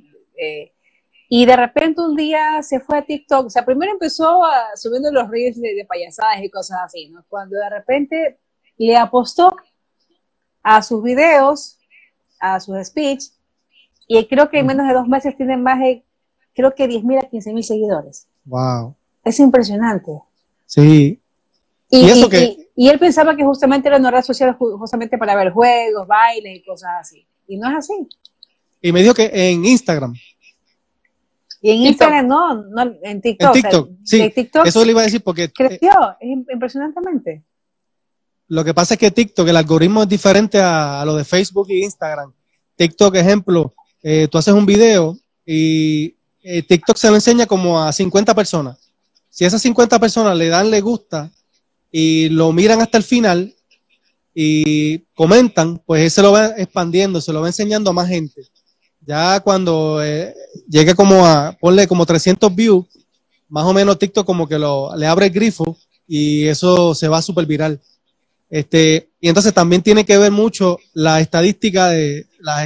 Y de repente un día se fue a TikTok. O sea, primero empezó subiendo los reels de payasadas y cosas así, ¿no? Cuando de repente le apostó a sus videos, a sus speech, y creo que en menos de 2 meses tienen más de, creo que 10,000 a 15,000 seguidores. Wow. Es impresionante. Sí. Y él pensaba que justamente era una red social justamente para ver juegos, bailes y cosas así. Y no es así. Y me dijo que en Instagram. Y en Instagram no, en TikTok. En TikTok, o sea, sí. TikTok eso le iba a decir porque creció impresionantemente. Lo que pasa es que TikTok, el algoritmo es diferente a lo de Facebook y Instagram. TikTok, ejemplo, tú haces un video y TikTok se lo enseña como a 50 personas. Si esas 50 personas le dan le gusta y lo miran hasta el final y comentan, pues él se lo va expandiendo, se lo va enseñando a más gente. Ya cuando llegue como a, ponle como 300 views, más o menos TikTok como que le abre el grifo y eso se va súper viral. Y entonces también tiene que ver mucho las estadísticas de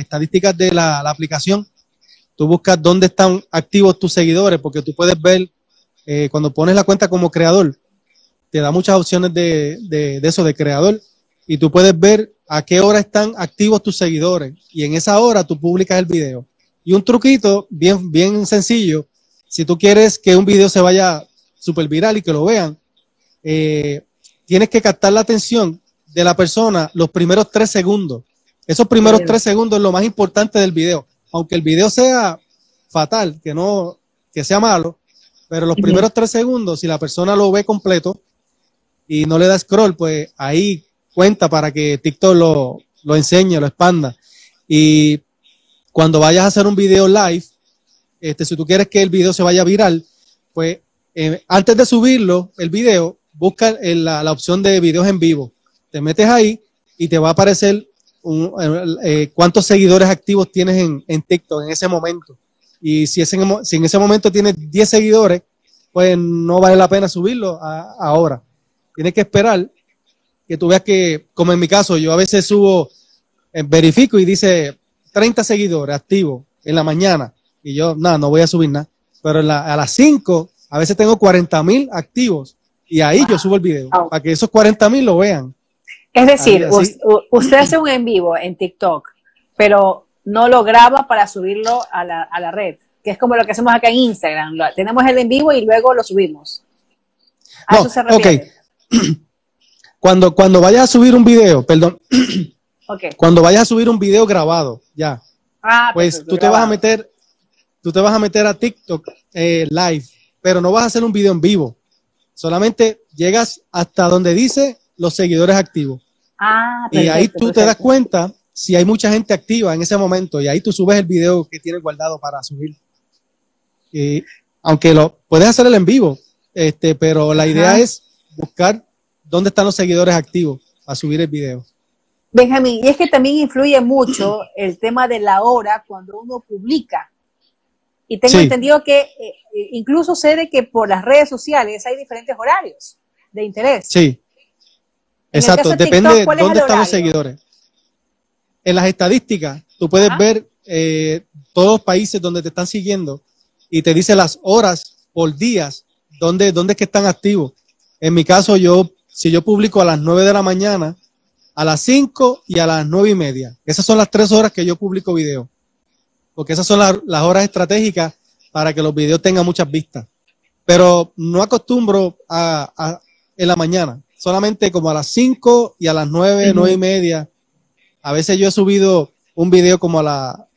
la aplicación. Tú buscas dónde están activos tus seguidores, porque tú puedes ver, cuando pones la cuenta como creador, te da muchas opciones de eso, de creador, y tú puedes ver a qué hora están activos tus seguidores, y en esa hora tú publicas el video. Y un truquito bien, bien sencillo, si tú quieres que un video se vaya súper viral y que lo vean, tienes que captar la atención de la persona los primeros 3 segundos. Esos primeros 3 segundos es lo más importante del video. Aunque el video sea fatal, que sea malo, pero los primeros 3 segundos, si la persona lo ve completo y no le da scroll, pues ahí cuenta para que TikTok lo enseñe, lo expanda. Y cuando vayas a hacer un video live, si tú quieres que el video se vaya viral, pues antes de subirlo, el video, busca la opción de videos en vivo. Te metes ahí y te va a aparecer cuántos seguidores activos tienes en TikTok en ese momento. Y si en ese momento tienes 10 seguidores, pues no vale la pena subirlo ahora. Tienes que esperar que tú veas que, como en mi caso, yo a veces subo, verifico y dice 30 seguidores activos en la mañana. Y yo, no voy a subir nada. Pero a las 5, a veces tengo 40,000 activos. Y ahí yo subo el video, para que esos 40,000 lo vean. Es decir, usted hace un en vivo en TikTok, pero no lo graba para subirlo a la red, que es como lo que hacemos acá en Instagram. Tenemos el en vivo y luego lo subimos. ¿A eso se refiere? Ok. Cuando vayas a subir un video, perdón, cuando vayas a subir un video grabado, ya, pues tú te vas a meter a TikTok live, pero no vas a hacer un video en vivo. Solamente llegas hasta donde dice los seguidores activos. Y ahí tú te das cuenta si hay mucha gente activa en ese momento, y ahí tú subes el video que tienes guardado para subir. Aunque puedes hacer el en vivo, pero la idea es buscar dónde están los seguidores activos para subir el video. Benjamín, y es que también influye mucho el tema de la hora cuando uno publica. Y tengo entendido que incluso sé de que por las redes sociales hay diferentes horarios de interés. Sí, exacto. Depende de dónde están los seguidores. En las estadísticas, tú puedes ver todos los países donde te están siguiendo y te dice las horas por días dónde es que están activos. En mi caso, si yo publico a las 9 de la mañana, a las 5 y a las 9:30. Esas son las 3 horas que yo publico video. Porque esas son las horas estratégicas para que los videos tengan muchas vistas. Pero no acostumbro en la mañana, solamente como a las 5 y a las 9, 9:30. A veces yo he subido un video como a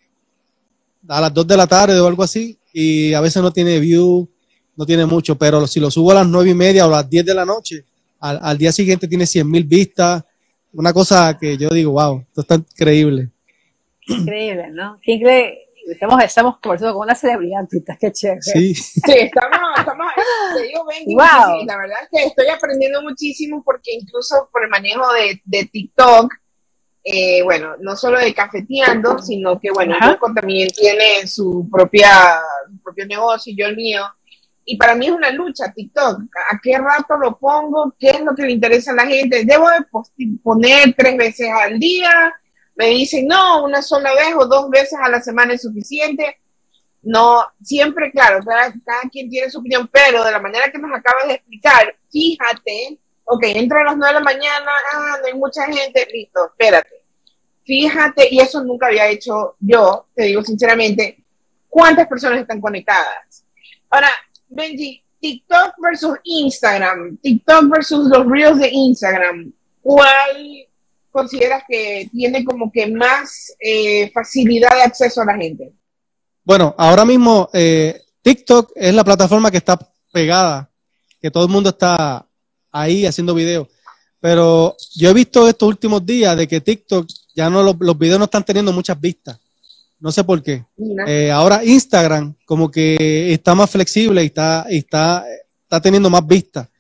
las 2 de la tarde o algo así, y a veces no tiene view, no tiene mucho, pero si lo subo a las 9:30 o a las 10 de la noche, al día siguiente tiene 100,000 vistas. Una cosa que yo digo, wow, esto está increíble. Increíble, ¿no? Qué increíble. Estamos conversando con una celebridad, qué chévere. Sí, estamos, te digo, Benji, wow. La verdad es que estoy aprendiendo muchísimo porque incluso por el manejo de TikTok, bueno, no solo de Cafeteando, sino que, bueno, Yoko también tiene su propio negocio, yo el mío, y para mí es una lucha TikTok. ¿A qué rato lo pongo? ¿Qué es lo que le interesa a la gente? ¿Debo de poner 3 veces al día? Me dicen, no, una sola vez o 2 veces a la semana es suficiente. No, siempre, claro, cada quien tiene su opinión, pero de la manera que nos acabas de explicar, fíjate, entro a las 9 de la mañana, no hay mucha gente, listo, espérate. Fíjate, y eso nunca había hecho yo, te digo sinceramente, ¿cuántas personas están conectadas? Ahora, Benji, TikTok versus Instagram, TikTok versus los Reels de Instagram, ¿cuál consideras que tiene como que más facilidad de acceso a la gente? Bueno, ahora mismo TikTok es la plataforma que está pegada, que todo el mundo está ahí haciendo videos, pero yo he visto estos últimos días de que TikTok ya no, los videos no están teniendo muchas vistas, no sé por qué. Ahora Instagram como que está más flexible y está teniendo más vistas.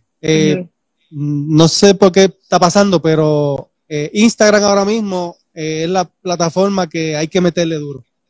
No sé por qué está pasando, pero Instagram ahora mismo es la plataforma que hay que meterle duro.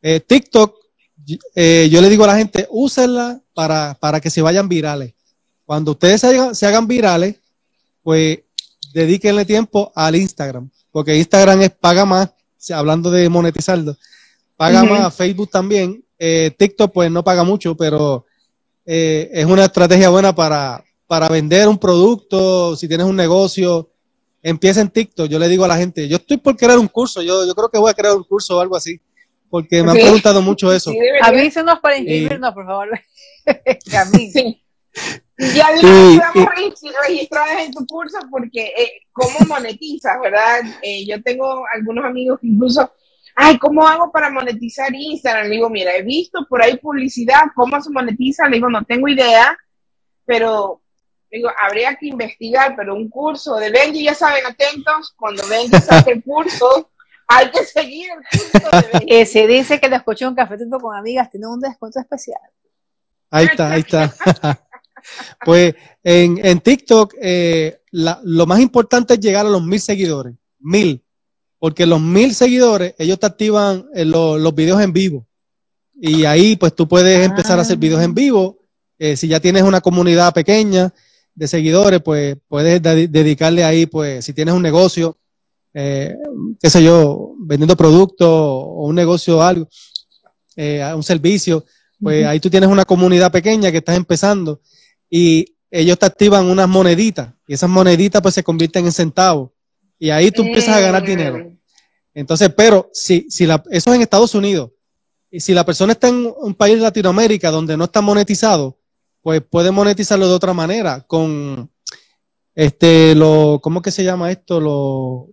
TikTok, yo le digo a la gente, úsenla para que se vayan virales. Cuando ustedes se hagan virales, pues dedíquenle tiempo al Instagram, porque Instagram paga más, hablando de monetizarlo, paga más, Facebook también. TikTok pues no paga mucho, pero es una estrategia buena para vender un producto. Si tienes un negocio, empieza en TikTok. Yo le digo a la gente, yo estoy por crear un curso, yo creo que voy a crear un curso o algo así, porque me han preguntado mucho eso. Sí, avísenos para inscribirnos, por favor. Camín. Sí. Ya estamos registradas en tu curso porque ¿cómo monetizas, verdad? Yo tengo algunos amigos que incluso, ¿cómo hago para monetizar Instagram? Le digo, mira, he visto por ahí publicidad, ¿cómo se monetiza? Le digo, no tengo idea, pero digo, habría que investigar, pero un curso de Benji, ya saben, atentos, cuando Benji saque el curso, hay que seguir el curso de Benji. Se dice que lo escuchó un cafetito con amigas, tiene un descuento especial. Ahí está. Pues en TikTok lo más importante es llegar a los 1000 seguidores, 1000, porque los 1000 seguidores, ellos te activan los videos en vivo, y ahí pues tú puedes empezar a hacer videos en vivo. Si ya tienes una comunidad pequeña de seguidores, pues puedes dedicarle ahí, pues si tienes un negocio, qué sé yo, vendiendo productos o un negocio, algo, un servicio, pues ahí tú tienes una comunidad pequeña que estás empezando, y ellos te activan unas moneditas, y esas moneditas pues se convierten en centavos, y ahí tú empiezas a ganar dinero. Entonces, pero eso es en Estados Unidos, y si la persona está en un país de Latinoamérica donde no está monetizado, pues puede monetizarlo de otra manera, con ¿cómo que se llama esto?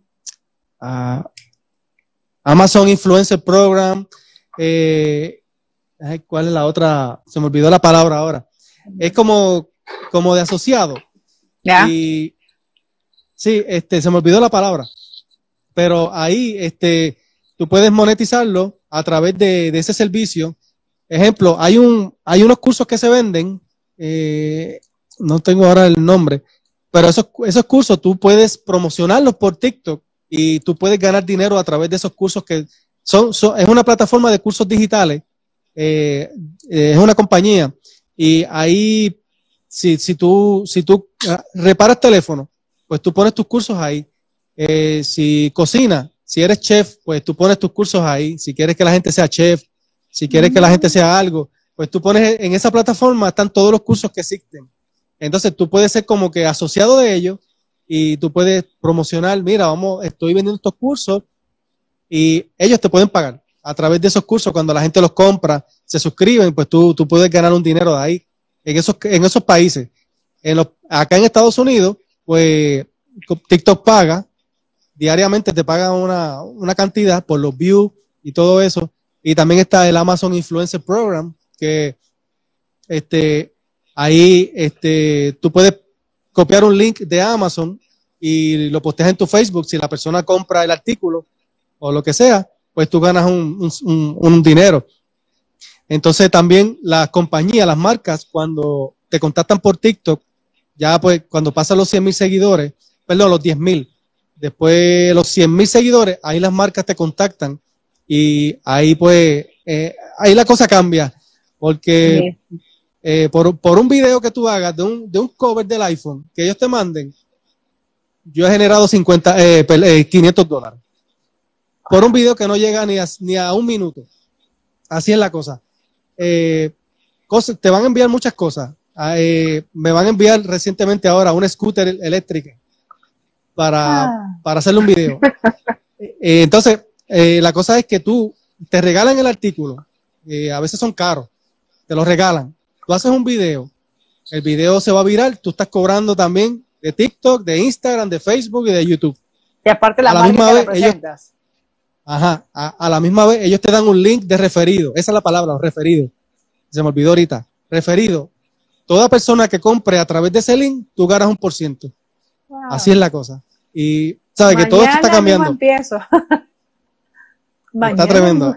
Amazon Influencer Program, ¿cuál es la otra? Se me olvidó la palabra ahora. Es como de asociado. ¿Ya? Y sí, se me olvidó la palabra. Pero ahí, tú puedes monetizarlo a través de ese servicio. Ejemplo, hay unos cursos que se venden, no tengo ahora el nombre, pero esos cursos tú puedes promocionarlos por TikTok y tú puedes ganar dinero a través de esos cursos que es una plataforma de cursos digitales, es una compañía, y ahí si tú reparas teléfono, pues tú pones tus cursos ahí. Si cocinas, si eres chef, pues tú pones tus cursos ahí. Si quieres que la gente sea chef, si quieres que la gente sea algo, pues tú pones en esa plataforma, están todos los cursos que existen. Entonces tú puedes ser como que asociado de ellos y tú puedes promocionar, mira, estoy vendiendo estos cursos, y ellos te pueden pagar a través de esos cursos. Cuando la gente los compra, se suscriben, pues tú puedes ganar un dinero de ahí, en esos países. Acá en Estados Unidos, pues TikTok paga, diariamente te paga una cantidad por los views y todo eso. Y también está el Amazon Influencer Program, que ahí tú puedes copiar un link de Amazon y lo posteas en tu Facebook. Si la persona compra el artículo o lo que sea, pues tú ganas un dinero. Entonces también las compañías, las marcas, cuando te contactan por TikTok, ya pues cuando pasan los 100,000 seguidores, perdón, los 10,000, después los 100,000 seguidores, ahí las marcas te contactan, y ahí pues, ahí la cosa cambia, porque por un video que tú hagas de un cover del iPhone que ellos te manden, yo he generado $500 por un video que no llega ni a un minuto. Así es la cosa. Te van a enviar muchas cosas. Me van a enviar recientemente ahora una scooter eléctrica para hacerle un video. Entonces, la cosa es que te regalan el artículo. A veces son caros. Te lo regalan. Tú haces un video. El video se va a viral. Tú estás cobrando también de TikTok, de Instagram, de Facebook y de YouTube. Y aparte la marca que representas. A la misma vez, ellos te dan un link de referido. Esa es la palabra, referido. Se me olvidó ahorita. Referido. Toda persona que compre a través de ese link, tú ganas 1%. Wow. Así es la cosa. Y sabes que todo esto está cambiando. Empiezo. Está tremendo.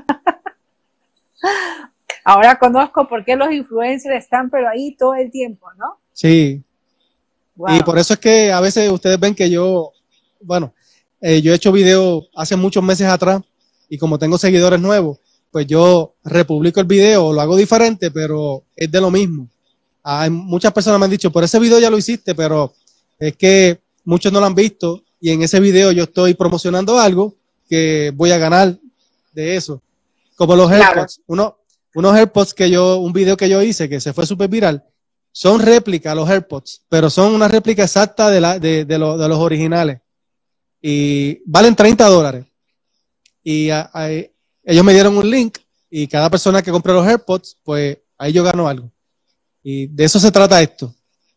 Ahora conozco por qué los influencers están pero ahí todo el tiempo, ¿no? Sí. Wow. Y por eso es que a veces ustedes ven que yo he hecho videos hace muchos meses atrás, y como tengo seguidores nuevos, pues yo republico el video o lo hago diferente, pero es de lo mismo. Hay muchas personas me han dicho, por ese video ya lo hiciste, pero es que muchos no lo han visto y en ese video yo estoy promocionando algo que voy a ganar de eso. Como los AirPods. Unos AirPods un video que yo hice que se fue súper viral, son réplicas los AirPods, pero son una réplica exacta de los originales. Y valen $30. Y ellos me dieron un link y cada persona que compre los AirPods, pues ahí yo gano algo. Y de eso se trata esto.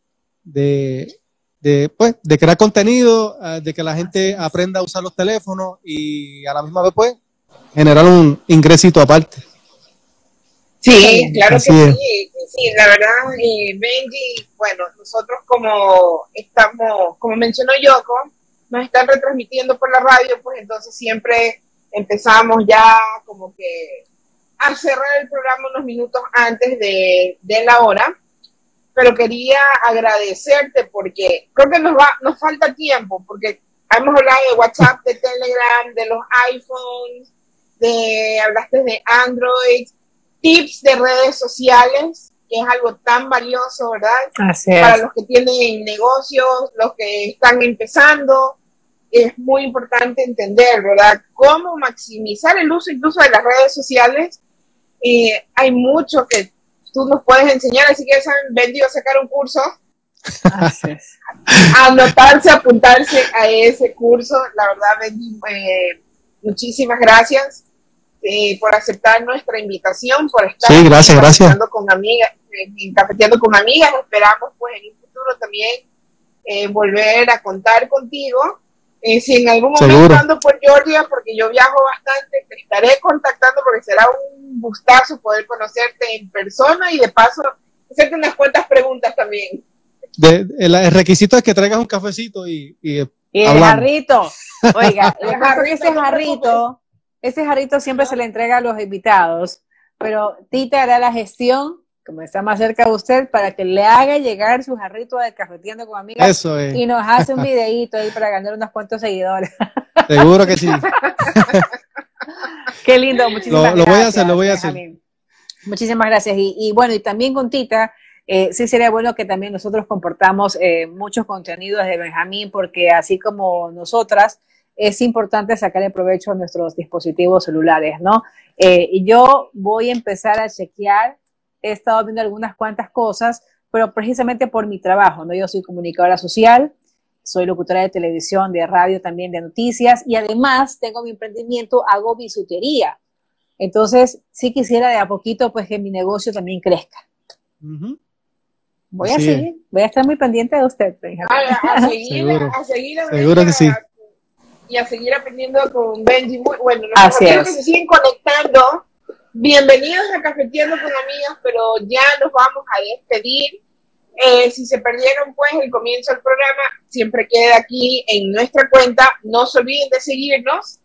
De crear contenido, de que la gente aprenda a usar los teléfonos y a la misma vez, pues, generar un ingresito aparte. Sí, claro que Así es. sí, la verdad, Benji, bueno, nosotros como mencionó Yoko, nos están retransmitiendo por la radio, pues entonces siempre empezamos ya como que a cerrar el programa unos minutos antes de la hora, pero quería agradecerte porque creo que nos falta tiempo, porque hemos hablado de WhatsApp, de Telegram, de los iPhones, hablaste de Android, tips de redes sociales, que es algo tan valioso, ¿verdad? Así es. Para los que tienen negocios, los que están empezando, es muy importante entender, ¿verdad? Cómo maximizar el uso incluso de las redes sociales. Hay mucho que tú nos puedes enseñar, así que ya saben, Benji va a sacar un curso. Así es. Anotarse, apuntarse a ese curso. La verdad, Benji, muchísimas gracias por aceptar nuestra invitación, por estar Cafeteando con amigas, Cafeteando con Amigas. Esperamos pues en un futuro también volver a contar contigo. Si en algún momento ando por Georgia, porque yo viajo bastante, te estaré contactando porque será un gustazo poder conocerte en persona y de paso hacerte unas cuantas preguntas también. El requisito es que traigas un cafecito y el jarrito. Oiga, ese jarrito siempre se le entrega a los invitados, pero Tita hará la gestión, como está más cerca de usted, para que le haga llegar su jarrito de Cafeteando con Amigas. Eso es. Y nos hace un videíto ahí para ganar unos cuantos seguidores. Seguro que sí. Qué lindo, muchísimas gracias. Lo voy a hacer. Muchísimas gracias. Y bueno, y también con Tita, sí sería bueno que también nosotros compartamos muchos contenidos de Benjamín, porque así como nosotras, es importante sacarle provecho a nuestros dispositivos celulares, ¿no? Y yo voy a empezar a chequear, he estado viendo algunas cuantas cosas, pero precisamente por mi trabajo, ¿no? Yo soy comunicadora social, soy locutora de televisión, de radio también, de noticias, y además tengo mi emprendimiento, hago bisutería. Entonces, sí quisiera de a poquito, pues, que mi negocio también crezca. Uh-huh. Voy a seguir, voy a estar muy pendiente de usted, Benjamín. A seguir Seguro que sí. Y a seguir aprendiendo con Benji. Bueno, los que se siguen conectando. Bienvenidos a Cafeteando con Amigas, pero ya nos vamos a despedir. Si se perdieron pues el comienzo del programa, siempre queda aquí en nuestra cuenta. No se olviden de seguirnos,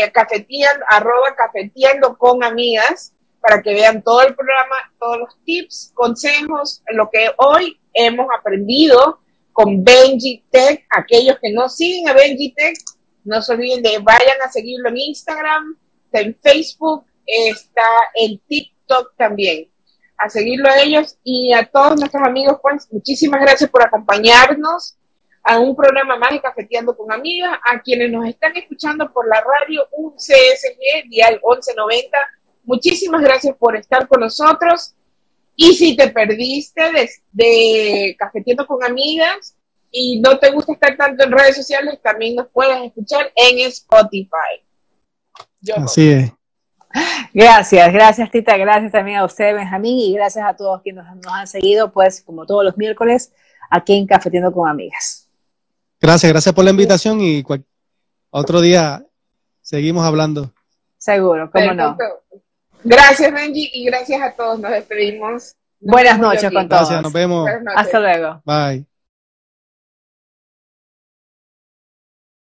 Cafeteando con Amigas, para que vean todo el programa, todos los tips, consejos, lo que hoy hemos aprendido con Benji Tech. Aquellos que no siguen a Benji Tech, no se olviden de vayan a seguirlo en Instagram, está en Facebook, está en TikTok también. A seguirlo a ellos y a todos nuestros amigos, pues muchísimas gracias por acompañarnos a un programa más de Cafeteando con Amigas. A quienes nos están escuchando por la radio UCSG, dial 1190, muchísimas gracias por estar con nosotros. Y si te perdiste de Cafeteando con Amigas y no te gusta estar tanto en redes sociales, también nos puedes escuchar en Spotify. Así es. Gracias Tita, gracias también a usted, Benjamín, y gracias a todos quienes nos han seguido, pues como todos los miércoles, aquí en Cafeteando con Amigas. Gracias por la invitación y otro día seguimos hablando. Seguro, cómo no. Gracias, Benji, y gracias a todos, nos despedimos. Buenas noches con todos. Gracias, nos vemos. Hasta luego. Bye.